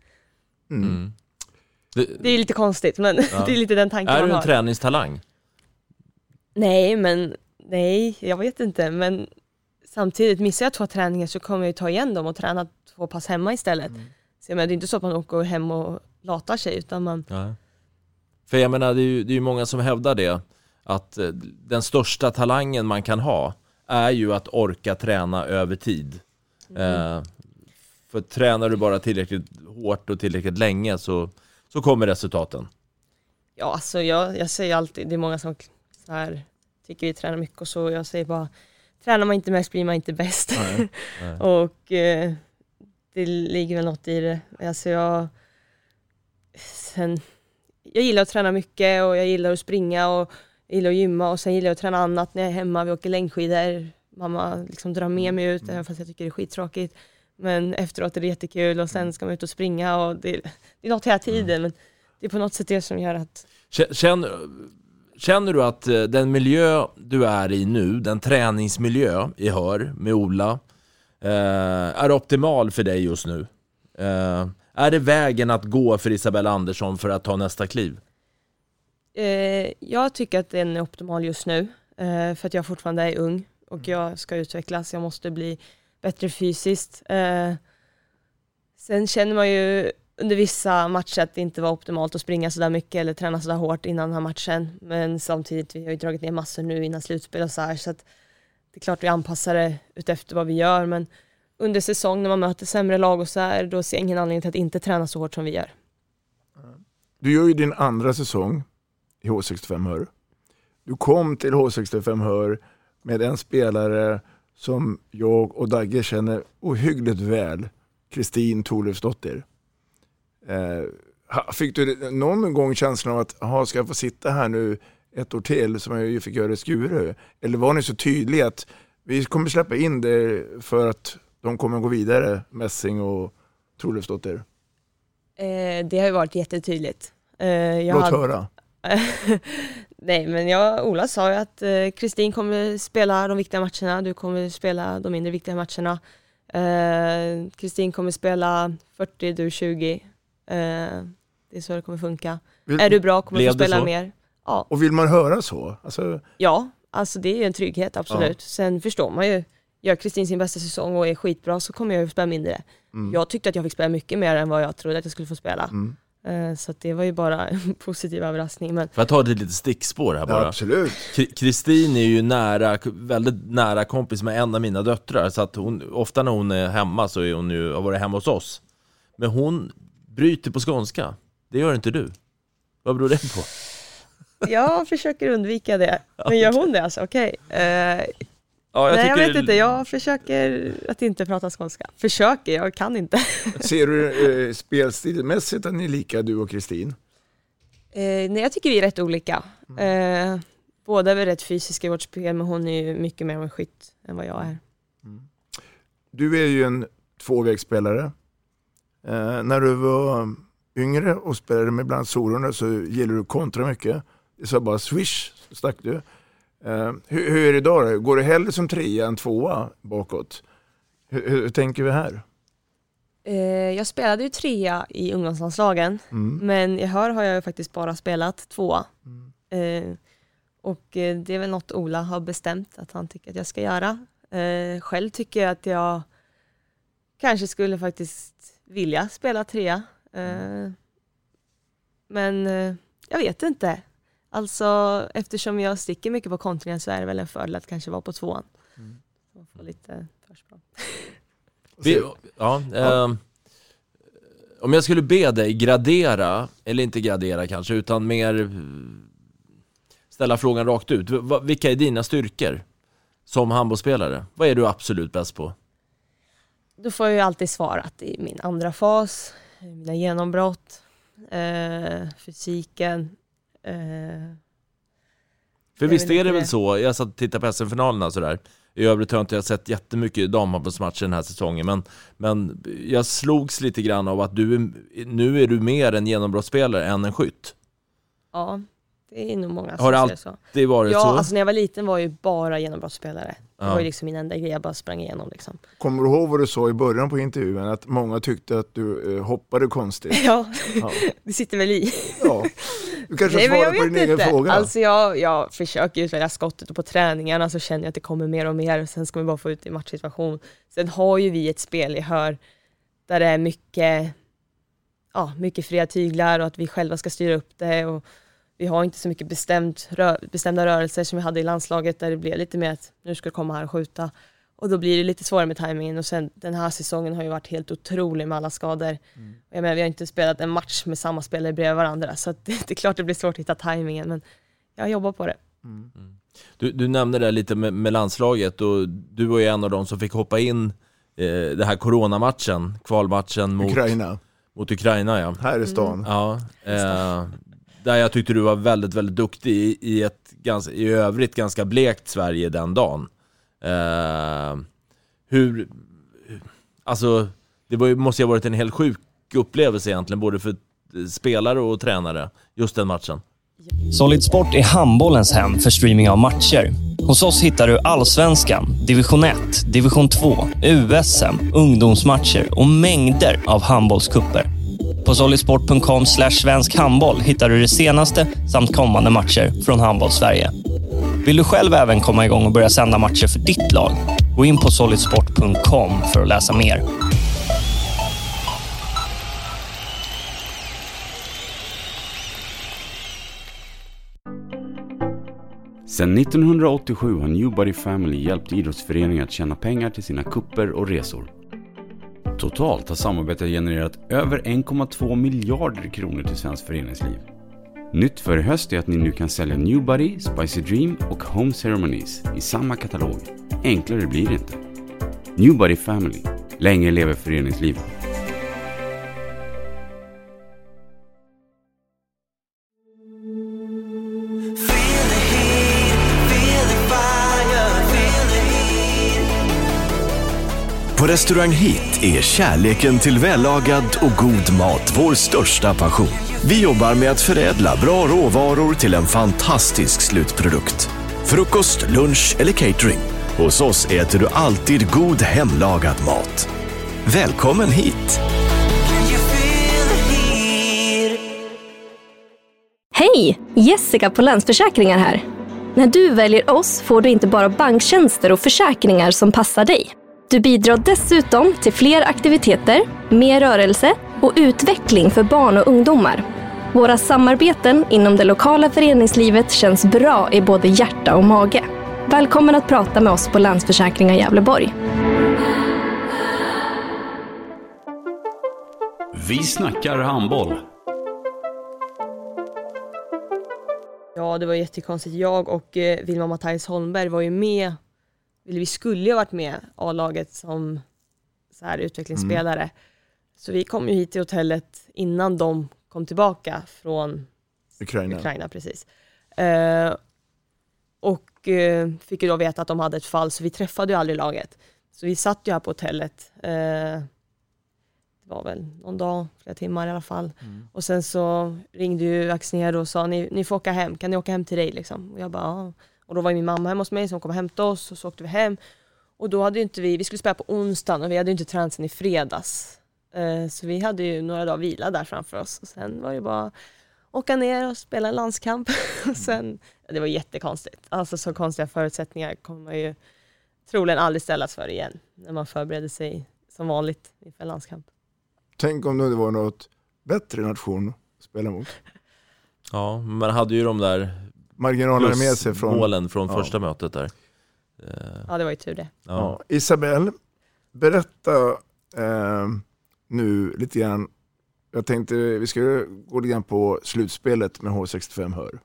Det är lite konstigt, men det är lite den tanken man har. Är du en träningstalang? Nej, jag vet inte. Men samtidigt, missar jag 2 träningar så kommer jag ju ta igen dem och träna 2 pass hemma istället. Så det är inte så att man åker hem och latar sig, utan man... Ja. För jag menar, det är ju många som hävdar det. Att den största talangen man kan ha är ju att orka träna över tid. För tränar du bara tillräckligt hårt och tillräckligt länge så kommer resultaten. Ja, alltså jag säger alltid, det är många som så här, tycker vi tränar mycket och så. Jag säger bara, tränar man inte mest blir man inte bäst. Nej. Och det ligger väl något i det. Alltså jag gillar att träna mycket och jag gillar att springa och jag gillar att gymma, och sen gillar jag att träna annat när jag är hemma. Vi åker längdskidor. Mamma liksom drar med mig ut, även fast jag tycker det är skittråkigt. Men efteråt är det jättekul och sen ska man ut och springa och det är något hela tiden, men det är på något sätt det som gör att... Känner du att den miljö du är i nu, den träningsmiljö i Hör med Ola, är optimal för dig just nu? Är det vägen att gå för Isabelle Andersson för att ta nästa kliv? Jag tycker att den är optimal just nu, för att jag fortfarande är ung och jag ska utvecklas, jag måste bli bättre fysiskt. Sen känner man ju under vissa matcher att det inte var optimalt att springa så där mycket eller träna så där hårt innan den här matchen. Men samtidigt, vi har ju dragit ner massor nu innan slutspel och så här, så att det är klart vi anpassar det utefter vad vi gör. Men under säsong när man möter sämre lag och så här, då ser jag ingen anledning till att inte träna så hårt som vi gör. Du gör ju din andra säsong i H65 Hör. Du kom till H65 Hör med en spelare som jag och Dagge känner ohyggligt väl, Kristin Thorlefsdotter. Fick du någon gång känslan av att ska jag få sitta här nu ett år till som jag ju fick göra i Skure? Eller var ni så tydliga att vi kommer släppa in det för att de kommer gå vidare, Messing och Thorlefsdotter? Det har ju varit jättetydligt. Låt höra. Nej, men Ola sa ju att Kristin kommer spela de viktiga matcherna, du kommer spela de mindre viktiga matcherna. Kristin kommer spela 40, du 20. Det är så det kommer funka. Är du bra kommer du spela mer. Ja. Och vill man höra så? Alltså... Ja, Alltså det är ju en trygghet, absolut. Sen förstår man ju, gör Kristin sin bästa säsong och är skitbra så kommer jag ju spela mindre. Jag tyckte att jag fick spela mycket mer än vad jag trodde att jag skulle få spela. Så att det var ju bara en positiv överraskning. Men... Får jag ta det lite stickspår här bara? Ja, absolut. Kristin är ju väldigt nära kompis med en av mina döttrar. Så att ofta när hon är hemma så är hon ju, har varit hemma hos oss. Men hon bryter på skånska. Det gör inte du. Vad beror det på? Jag försöker undvika det. Men gör hon det alltså? Okej. Nej, jag vet inte. Jag försöker att inte prata skånska. Jag kan inte. Ser du spelstilmässigt att ni är lika, du och Kristin? Nej, jag tycker vi är rätt olika. Båda är rätt fysiska i vårt spel, men hon är ju mycket mer av en skytt än vad jag är. Du är ju en tvåvägsspelare. När du var yngre och spelade med bland Sororna så gillar du kontra mycket. Det sa bara swish, så stack du. Hur är det idag då? Går det hellre som 3 än 2 bakåt? Hur tänker vi här? Jag spelade ju 3 i ungdomslandslagen. Men har jag faktiskt bara spelat 2. Och det är väl något Ola har bestämt att han tycker att jag ska göra. Själv tycker jag att jag kanske skulle faktiskt vilja spela 3. Men jag vet inte. Alltså eftersom jag sticker mycket på kontringen så är det väl en fördel att kanske vara på 2. Så man får lite försprång. Om jag skulle be dig gradera, eller inte gradera kanske, utan mer ställa frågan rakt ut. Vilka är dina styrkor som handbollsspelare? Vad är du absolut bäst på? Då får jag ju alltid svara att i min andra fas, mina genombrott, fysiken. För visst är det väl så, jag satt och tittade på SM-finalerna sådär. I övrigt har jag inte sett jättemycket damhandbollsmatcher den här säsongen, men jag slogs lite grann av att nu är du mer en genombrottsspelare än en skytt. Ja, det är nog många som har säger så. Har det alltid varit så? Ja, alltså när jag var liten var jag ju bara genombrottsspelare. Det var ju liksom min enda grej, jag bara sprang igenom liksom. Kommer du ihåg vad du sa i början på intervjun? Att många tyckte att du hoppade konstigt. Ja. Det sitter väl i. Ja. Du kanske svarar på din egen fråga. Alltså jag försöker utveckla skottet och på träningarna så känner jag att det kommer mer och mer. Sen ska vi bara få ut i matchsituation. Sen har ju vi ett spel i hör där det är mycket fria tyglar och att vi själva ska styra upp det. Och vi har inte så mycket bestämda rörelser som vi hade i landslaget där det blev lite mer att nu ska du komma här och skjuta. Och då blir det lite svårare med timingen. Och sen den här säsongen har ju varit helt otrolig med alla skador. Jag menar, vi har inte spelat en match med samma spelare bredvid varandra. Så att det är klart det blir svårt att hitta timingen. Men jag jobbar på det. Du nämnde det lite med landslaget. Och du var ju en av dem som fick hoppa in det här coronamatchen. Kvalmatchen mot Ukraina. Ja. Här i stan. Ja, där jag tyckte du var väldigt, väldigt duktig i ett i övrigt ganska blekt Sverige den dagen. Alltså måste ju ha varit en helt sjuk upplevelse egentligen, både för spelare och tränare, just den matchen. Solid Sport är handbollens hem för streaming av matcher. Hos oss hittar du Allsvenskan, Division 1, Division 2, USM, ungdomsmatcher och mängder av handbollskupper. På solidsport.com/svensk handboll hittar du det senaste samt kommande matcher från Handboll Sverige. Vill du själv även komma igång och börja sända matcher för ditt lag? Gå in på solidsport.com för att läsa mer. Sedan 1987 har Newbody Family hjälpt idrottsföreningar att tjäna pengar till sina kupper och resor. Totalt har samarbetet genererat över 1,2 miljarder kronor till svensk föreningsliv. Nytt för i höst är att ni nu kan sälja Newbody, Spicy Dream och Home Ceremonies i samma katalog. Enklare blir det inte. Newbody Family. Länge lever föreningslivet. På Restaurang Hit är kärleken till vällagad och god mat vår största passion. Vi jobbar med att förädla bra råvaror till en fantastisk slutprodukt. Frukost, lunch eller catering. Hos oss äter du alltid god hemlagad mat. Välkommen hit! Hej! Jessica på Länsförsäkringar här. När du väljer oss får du inte bara banktjänster och försäkringar som passar dig. Du bidrar dessutom till fler aktiviteter, mer rörelse och utveckling för barn och ungdomar. Våra samarbeten inom det lokala föreningslivet känns bra i både hjärta och mage. Välkommen att prata med oss på Länsförsäkringar Gävleborg. Vi snackar handboll. Ja, det var jättekonstigt. Jag och Vilma Matthijs Holmberg var ju med. Vi skulle ju ha varit med A-laget som så här utvecklingsspelare. Så vi kom ju hit till hotellet innan de kom tillbaka från Ukraina precis. Och fick ju då veta att de hade ett fall, så vi träffade ju aldrig laget. Så vi satt ju här på hotellet. Det var väl någon dag, flera timmar i alla fall. Och sen så ringde ju Axnér och sa, ni får åka hem, kan ni åka hem till dig liksom? Och jag bara, ja. Och då var min mamma hemma hos mig som kom och hämtade oss, och så åkte vi hem. Och då hade ju inte vi skulle spela på onsdagen och vi hade ju inte tränat sen i fredags. Så vi hade ju några dagar vila där framför oss. Och sen var det bara åka ner och spela en landskamp. Och sen, det var jättekonstigt. Alltså så konstiga förutsättningar kommer man ju troligen aldrig ställas för igen. När man förbereder sig som vanligt inför en landskamp. Tänk om det var något bättre nation att spela mot. Ja, man hade ju de där marginalerna med sig från målen från första mötet där. Ja, det var ju tur det. Ja. Isabelle, berätta nu lite grann. Jag tänkte vi ska gå lite grann på slutspelet med H65 Hör.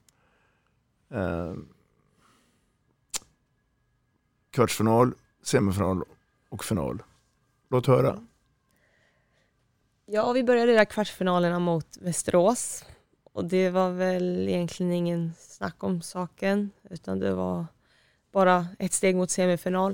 Kvartsfinal, semifinal och final. Låt höra. Ja, vi började där kvartsfinalerna mot Västerås. Och det var väl egentligen ingen snack om saken. Utan det var bara ett steg mot semifinal.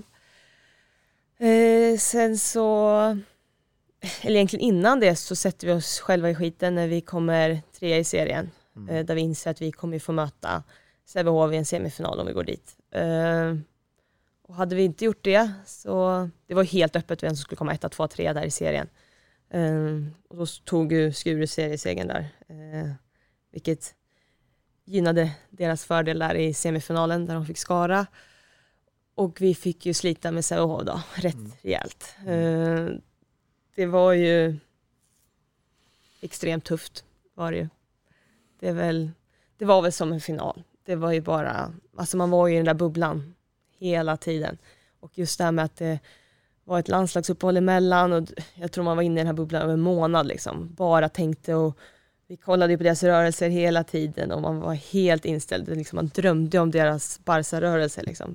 Sen så... Eller egentligen innan det så sätter vi oss själva i skiten när vi kommer 3 i serien. Där vi inser att vi kommer få möta Sävehof i en semifinal om vi går dit. Och hade vi inte gjort det så... Det var helt öppet vem som skulle komma 1, 2, 3 där i serien. Och då tog ju Skuru seriesegern där. Vilket gynnade deras fördel där i semifinalen där de fick Skara. Och vi fick ju slita med Sävehof då, rätt rejält. Det var ju extremt tufft var det ju. Det var väl som en final. Det var ju bara, alltså man var ju i den där bubblan hela tiden. Och just det här med att det var ett landslagsuppehåll emellan och jag tror man var inne i den här bubblan över en månad liksom. Bara tänkte och vi kollade ju på deras rörelser hela tiden och man var helt inställd. Liksom, man drömde om deras Barca-rörelser liksom.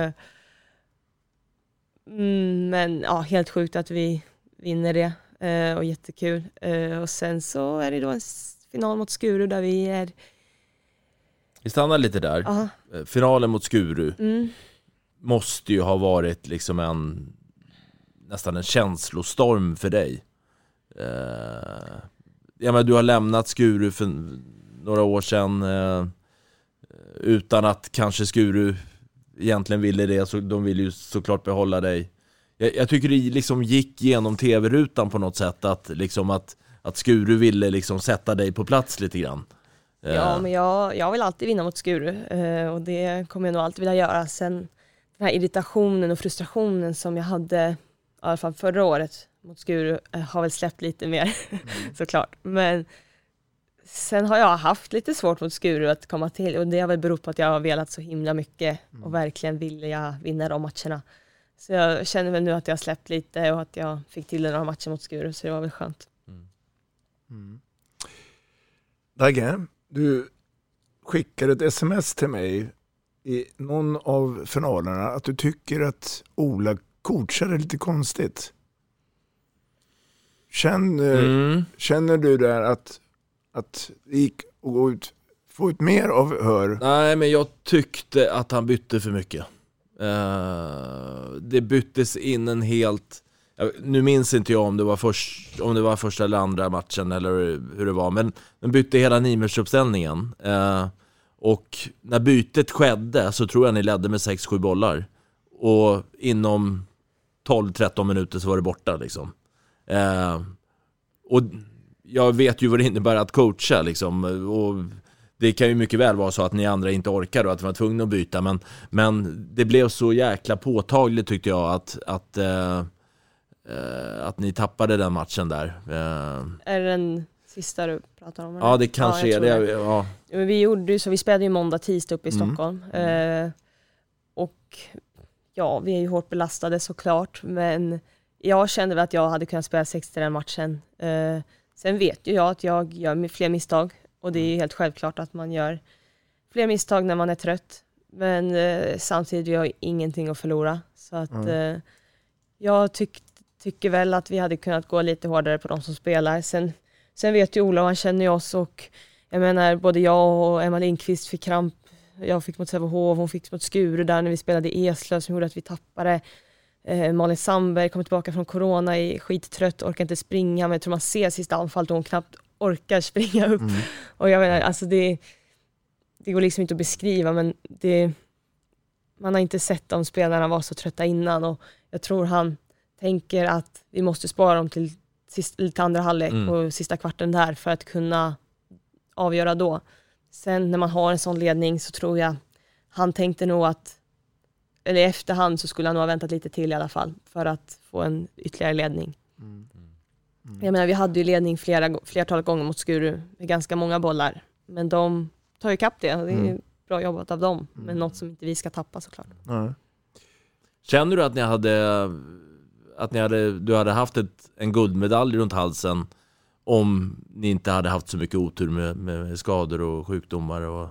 Men ja, helt sjukt att vi vinner det och jättekul. Och sen så är det då en final mot Skuru där vi är... Vi stannar lite där. Finalen mot Skuru måste ju ha varit liksom nästan en känslostorm för dig. Ja, men du har lämnat Skuru för några år sedan utan att kanske Skuru egentligen ville det, så de ville ju såklart behålla dig. Jag tycker det liksom gick genom tv-rutan på något sätt att Skuru ville liksom sätta dig på plats lite grann. Ja, men jag vill alltid vinna mot Skuru och det kommer jag nog alltid vilja göra. Sen den här irritationen och frustrationen som jag hade i alla fall förra året mot Skuru har väl släppt lite mer såklart. Men sen har jag haft lite svårt mot Skuru att komma till och det har väl berott på att jag har velat så himla mycket och verkligen vilja vinna de matcherna. Så jag känner väl nu att jag har släppt lite och att jag fick till några matcher mot Skuru, så det var väl skönt. Dagge, du skickade ett sms till mig i någon av finalerna att du tycker att Ola coachade lite konstigt. Känner du där att det gick att få ut mer av Hör? Nej, men jag tyckte att han bytte för mycket. Det byttes in en helt... Nu minns inte jag om det var första eller andra matchen eller hur det var, men bytte hela Nimersuppställningen. Och när bytet skedde så tror jag ni ledde med 6-7 bollar. Och inom 12-13 minuter så var det borta liksom. Och jag vet ju vad det innebär att coacha liksom. Och det kan ju mycket väl vara så att ni andra inte orkar och att vi var tvungna att byta, men det blev så jäkla påtagligt tyckte jag att ni tappade den matchen där. Är det den sista du pratar om? Eller? Ja, det kanske är det. Ja. Vi gjorde ju så, vi spelade ju måndag, tisdag uppe i Stockholm. Och ja, vi är ju hårt belastade såklart, men jag kände väl att jag hade kunnat spela 60 den matchen. Sen vet ju jag att jag gör fler misstag, och det är ju helt självklart att man gör fler misstag när man är trött, men samtidigt gör jag ingenting att förlora. Så att jag tycker väl att vi hade kunnat gå lite hårdare på de som spelar. Sen vet ju Ola, han känner ju oss, och jag menar både jag och Emma Lindqvist fick kramp. Jag fick mot Sävehof, hon fick mot Skuru där när vi spelade i Eslöv som gjorde att vi tappade. Malin Sandberg kom tillbaka från corona i skittrött, orkar inte springa, men jag tror man ser sista anfallet och hon knappt orkar springa upp. Och jag menar, alltså det går liksom inte att beskriva, men man har inte sett de spelarna vara så trötta innan, och jag tror han tänker att vi måste spara dem till andra halvlek och sista kvarten där för att kunna avgöra då. Sen när man har en sån ledning så tror jag han tänkte nog att, eller i efterhand så skulle han nog ha väntat lite till i alla fall för att få en ytterligare ledning. Jag menar, vi hade ju ledning flertal gånger mot Skuru med ganska många bollar, men de tar ju kapp det, och det är bra jobbat av dem, men något som inte vi ska tappa såklart. Känner du att du hade haft en guldmedalj runt halsen om ni inte hade haft så mycket otur med skador och sjukdomar? Och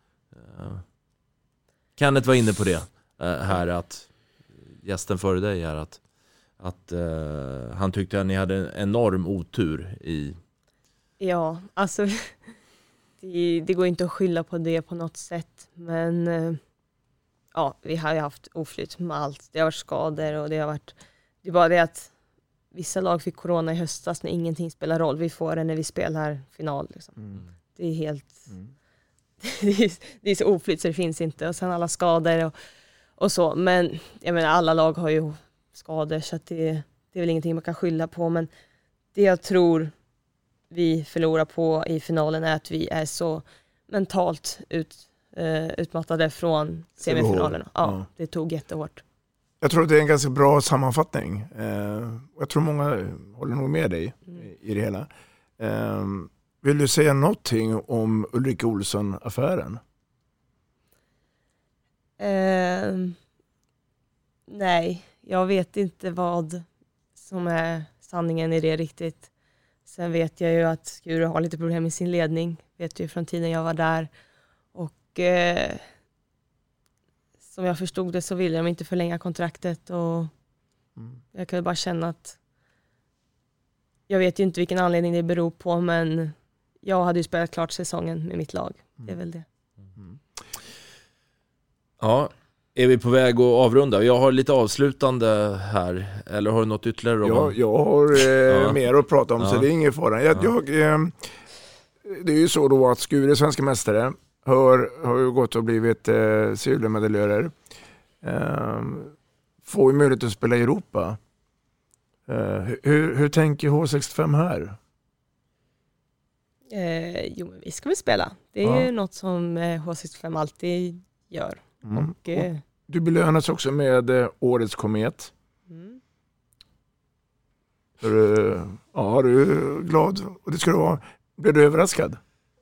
Kenneth var inne på det här, att gästen före dig är att han tyckte att ni hade en enorm otur i... Ja, alltså det går inte att skylla på det på något sätt, men ja, vi har ju haft oflyt med allt. Det har varit skador, och det är bara det att vissa lag fick corona i höstas när ingenting spelar roll. Vi får det när vi spelar final. Liksom. Det är helt... det är så oflyt så det finns inte. Och sen alla skador och så. Men jag menar, alla lag har ju skador, så att det är väl ingenting man kan skylla på. Men det jag tror vi förlorar på i finalen är att vi är så mentalt utmattade från semifinalerna. Ja, det tog jättehårt. Jag tror att det är en ganska bra sammanfattning. Jag tror många håller nog med dig i det hela. Vill du säga någonting om Ulrika Olsson-affären? Nej, jag vet inte vad som är sanningen i det riktigt. Sen vet jag ju att Skuru har lite problem med sin ledning. Vet ju från tiden jag var där. Och som jag förstod det så vill de inte förlänga kontraktet, och jag kan bara känna att jag vet ju inte vilken anledning det beror på, men jag hade ju spelat klart säsongen med mitt lag. Det är väl det. Ja, är vi på väg att avrunda? Jag har lite avslutande här, eller har du något ytterligare, Robban? Jag har mer att prata om, så det är ingen fara. Det är ju så då att Skuru, svenska mästare, har ju gått och blivit silvermedaljörer. Får ju möjlighet att spela i Europa. Hur tänker H65 här? Jo, men vi ska väl spela. Det är ju något som H65 alltid gör. Och du belönas också med årets komet. Ja, du är glad, och det ska du vara. Blev du överraskad?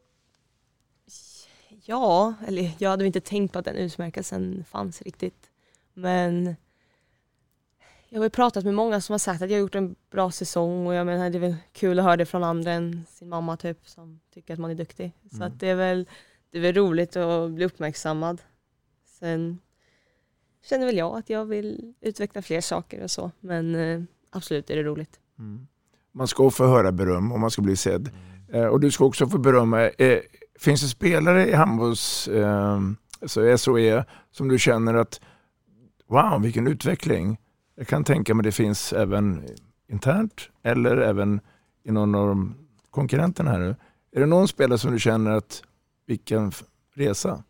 Ja, eller jag hade inte tänkt på att den utmärkelsen fanns riktigt. Men jag har pratat med många som har sagt att jag har gjort en bra säsong, och jag menar, det är väl kul att höra det från andra än sin mamma typ, som tycker att man är duktig. Så att det är väl roligt att bli uppmärksammad. Sen känner väl jag att jag vill utveckla fler saker och så, men absolut är det roligt. Man ska få höra beröm och man ska bli sedd. Och du ska också få berömma. Finns det spelare i handbolls alltså SOE som du känner att wow, vilken utveckling? Jag kan tänka mig det finns även internt eller även i någon av de konkurrenterna här nu. Är det någon spelare som du känner att vilken resa?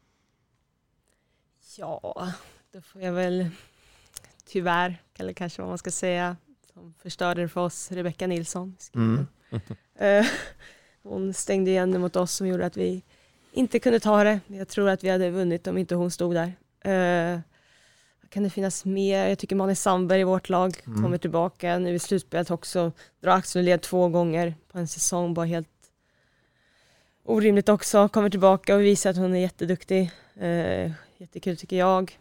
Ja, då får jag väl tyvärr, eller kanske vad man ska säga, som förstörde för oss, Rebecka Nilsson. Hon stängde igen mot oss som gjorde att vi inte kunde ta det. Jag tror att vi hade vunnit om inte hon stod där. Kan det finnas mer? Jag tycker Manne Sandberg i vårt lag kommer tillbaka nu i slutspelet också. Drar axelled 2 gånger på en säsong. Bara helt orimligt också. Kommer tillbaka och visar att hon är jätteduktig. Jättekul tycker jag.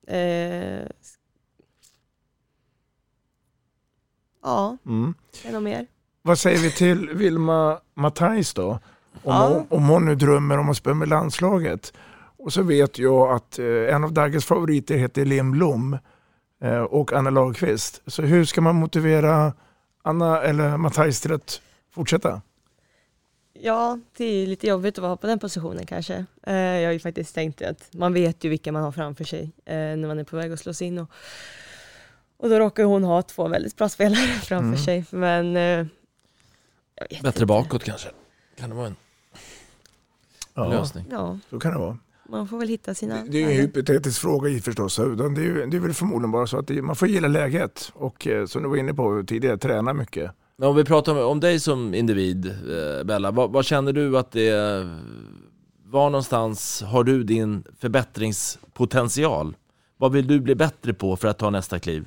Ja, det är nog mer. Vad säger vi till Vilma Matthijs då? Om hon nu drömmer om att spela med landslaget. Och så vet jag att en av Dagges favoriter heter Linn Blom och Anna Lagerqvist. Så hur ska man motivera Anna eller Matthijs till att fortsätta? Ja, det är lite jobbigt att vara på den positionen kanske. Jag har ju faktiskt tänkt att man vet ju vilka man har framför sig när man är på väg att slås in. Och då råkar hon ha 2 väldigt bra spelare framför sig. Men jag vet bättre inte. bakåt kanske. Kan det vara en lösning? Ja, så kan det vara. Man får väl hitta sina... Det är ju en hypotetisk fråga i förstås. Utan det är väl förmodligen bara så att man får gilla läget. Och som du var inne på tidigare, träna mycket. Men om vi pratar om dig som individ, Bella, vad känner du att det är, var någonstans har du din förbättringspotential? Vad vill du bli bättre på för att ta nästa kliv?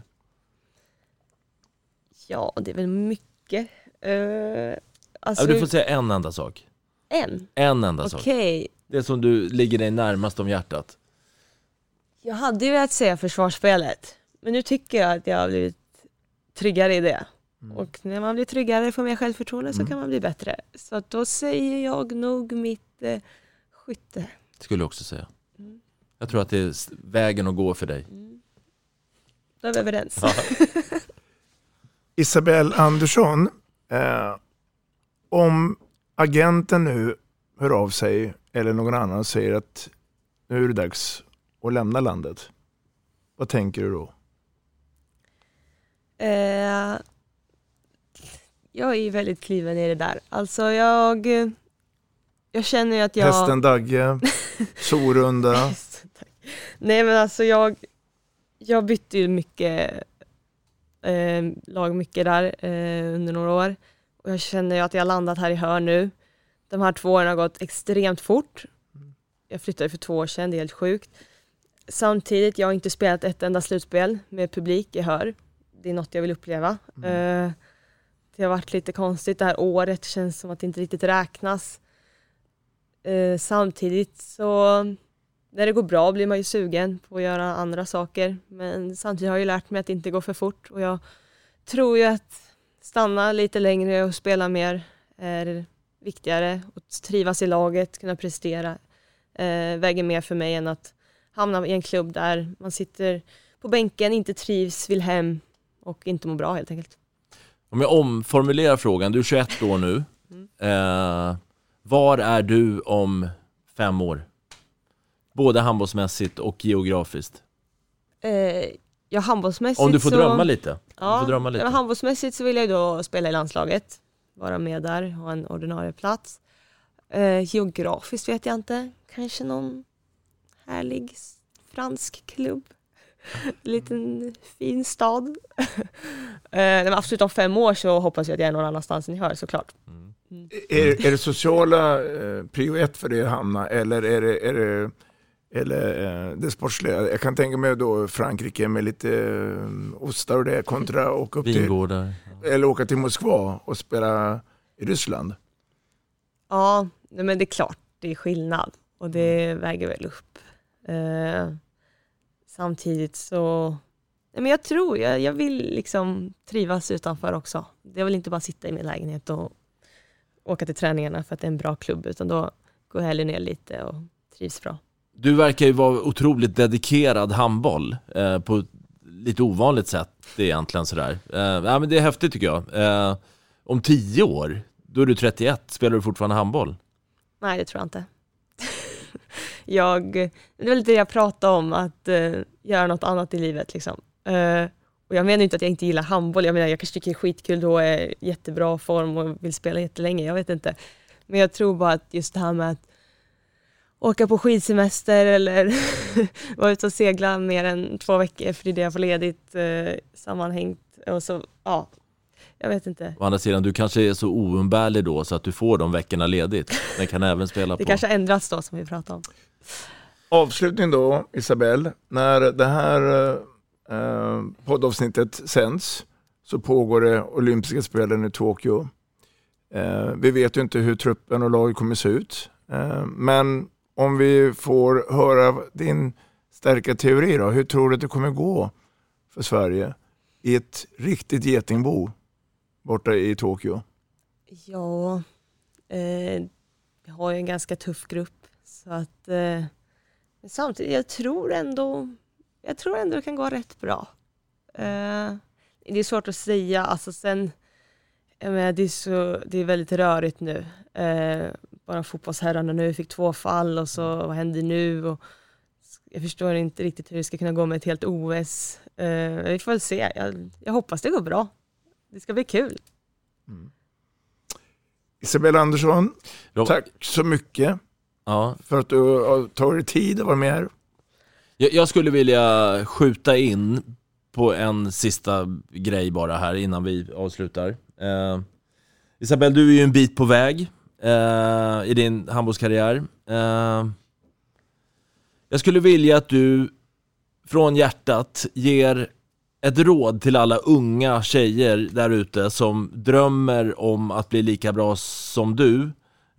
Ja, det är väl mycket. Alltså, du får säga en enda sak. En enda sak. Okej. Det som du ligger dig närmast om hjärtat. Jag hade ju velat säga försvarsspelet. Men nu tycker jag att jag har blivit tryggare i det. Och när man blir tryggare, får mer självförtroende, så kan man bli bättre. Så att då säger jag nog mitt skytte. Skulle jag också säga. Jag tror att det är vägen att gå för dig. Då är vi överens. Ja. Isabelle Andersson, om agenten nu hör av sig eller någon annan säger att nu är det dags att lämna landet. Vad tänker du då? Jag är ju väldigt kliven i det där. Alltså jag känner ju att jag... Hästen Dagge, Sorunda. Nej men alltså jag bytte ju mycket lag mycket där under några år. Och jag känner ju att jag har landat här i Hör nu. De här 2 åren har gått extremt fort. Jag flyttade för 2 år sedan, det är helt sjukt. Samtidigt, jag har inte spelat ett enda slutspel med publik i Hör. Det är något jag vill uppleva. Det har varit lite konstigt det här året. Det känns som att det inte riktigt räknas. Samtidigt så när det går bra blir man ju sugen på att göra andra saker. Men samtidigt har jag ju lärt mig att det inte går för fort. Och jag tror ju att stanna lite längre och spela mer är viktigare. Och trivas i laget, kunna prestera väger mer för mig än att hamna i en klubb där man sitter på bänken, inte trivs, vill hem och inte mår bra helt enkelt. Om jag omformulerar frågan, du är 21 år nu. Var är du om 5 år? Både handbollsmässigt och geografiskt. Ja, handbollsmässigt om du får drömma lite. Ja, handbollsmässigt så vill jag då spela i landslaget. Vara med där, ha en ordinarie plats. Geografiskt vet jag inte. Kanske någon härlig fransk klubb. Liten fin stad. Men absolut om 5 år så hoppas jag att jag är någon annanstans än i Hör, såklart. Är det sociala prio 1 för dig att hamna eller är det sportsliga? Jag kan tänka mig då Frankrike med lite ostar och det kontra och upp vingårdar. Eller åka till Moskva och spela i Ryssland. Ja, men det är klart det är skillnad och det väger väl upp. Samtidigt så men jag tror jag vill liksom trivas utanför också. Jag vill inte bara sitta i min lägenhet och åka till träningarna för att det är en bra klubb, utan då går jag hellre ner lite och trivs bra. Du verkar ju vara otroligt dedikerad handboll på lite ovanligt sätt egentligen sådär. Ja, men det är häftigt tycker jag. Om 10 år, då är du 31, spelar du fortfarande handboll? Nej, det tror jag inte. Det var lite det jag pratade om, att göra något annat i livet liksom. Och jag menar inte att jag inte gillar handboll. Jag menar, jag kanske tycker det är skitkul då, är jättebra form och vill spela jättelänge, jag vet inte. Men jag tror bara att just det här med att åka på skidsemester eller vara ute och segla mer än 2 veckor, för det är det jag får ledigt sammanhängt. Och så, ja. Jag vet inte. Å andra sidan, du kanske är så oumbärlig då så att du får de veckorna ledigt. Den kan även spela på. Det kanske ändras då som vi pratade om. Avslutning då, Isabelle. När det här poddavsnittet sänds så pågår det olympiska spelen i Tokyo. Vi vet ju inte hur truppen och laget kommer se ut. Men om vi får höra din starka teori då, hur tror du att det kommer gå för Sverige i ett riktigt getingbo borta i Tokyo? Ja, vi har ju en ganska tuff grupp. Så att, men samtidigt, jag tror ändå det kan gå rätt bra. Det är svårt att säga. Alltså sen, det är väldigt rörigt nu. Bara fotbollsherrarna nu fick 2 fall och så vad händer nu? Och jag förstår inte riktigt hur det ska kunna gå med ett helt OS. Vi får väl se. Jag hoppas det går bra. Det ska bli kul. Isabelle Andersson, tack så mycket för att du har tagit tid att vara med här. Jag skulle vilja skjuta in på en sista grej bara här innan vi avslutar. Isabelle, du är ju en bit på väg i din handbollskarriär. Jag skulle vilja att du från hjärtat ger ett råd till alla unga tjejer där ute som drömmer om att bli lika bra som du.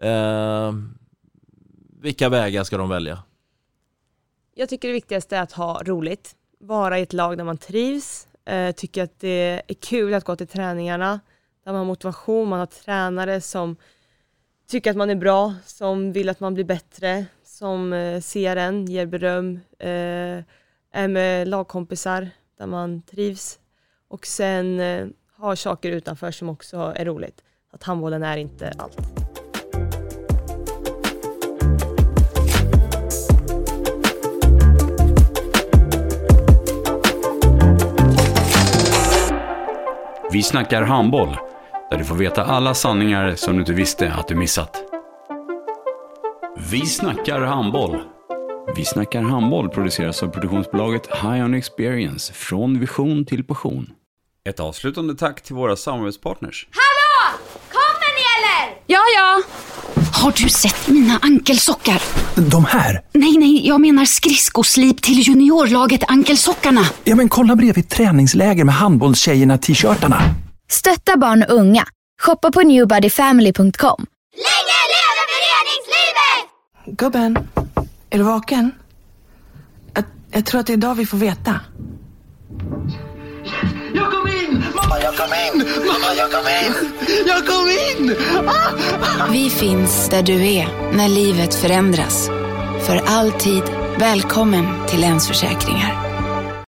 Vilka vägar ska de välja? Jag tycker det viktigaste är att ha roligt. Vara i ett lag där man trivs. Tycker att det är kul att gå till träningarna. Där man har motivation, man har tränare som tycker att man är bra. Som vill att man blir bättre. Som ser en, ger beröm. Är med lagkompisar där man trivs. Och sen har saker utanför som också är roligt. Att handbollen är inte allt. Vi snackar handboll, där du får veta alla sanningar som du inte visste att du missat. Vi snackar handboll. Vi snackar handboll produceras av produktionsbolaget High On Experience, från vision till passion. Ett avslutande tack till våra samarbetspartners. Hallå! Kommer ni eller? Ja. Har du sett mina ankelsockar? De här? Nej, jag menar skridskoslip till juniorlaget Ankelsockarna. Ja, men kolla bredvid träningsläger med handbollstjejerna t-shirtarna. Stötta barn och unga. Shoppa på newbodyfamily.com. Länge leve föreningslivet! Gubben, är du vaken? Jag tror att det är idag vi får veta. Jag kom in! Mamma, jag kom in! Mamma, jag kom in! Jag kom in! Vi finns där du är när livet förändras. För alltid välkommen till Länsförsäkringar.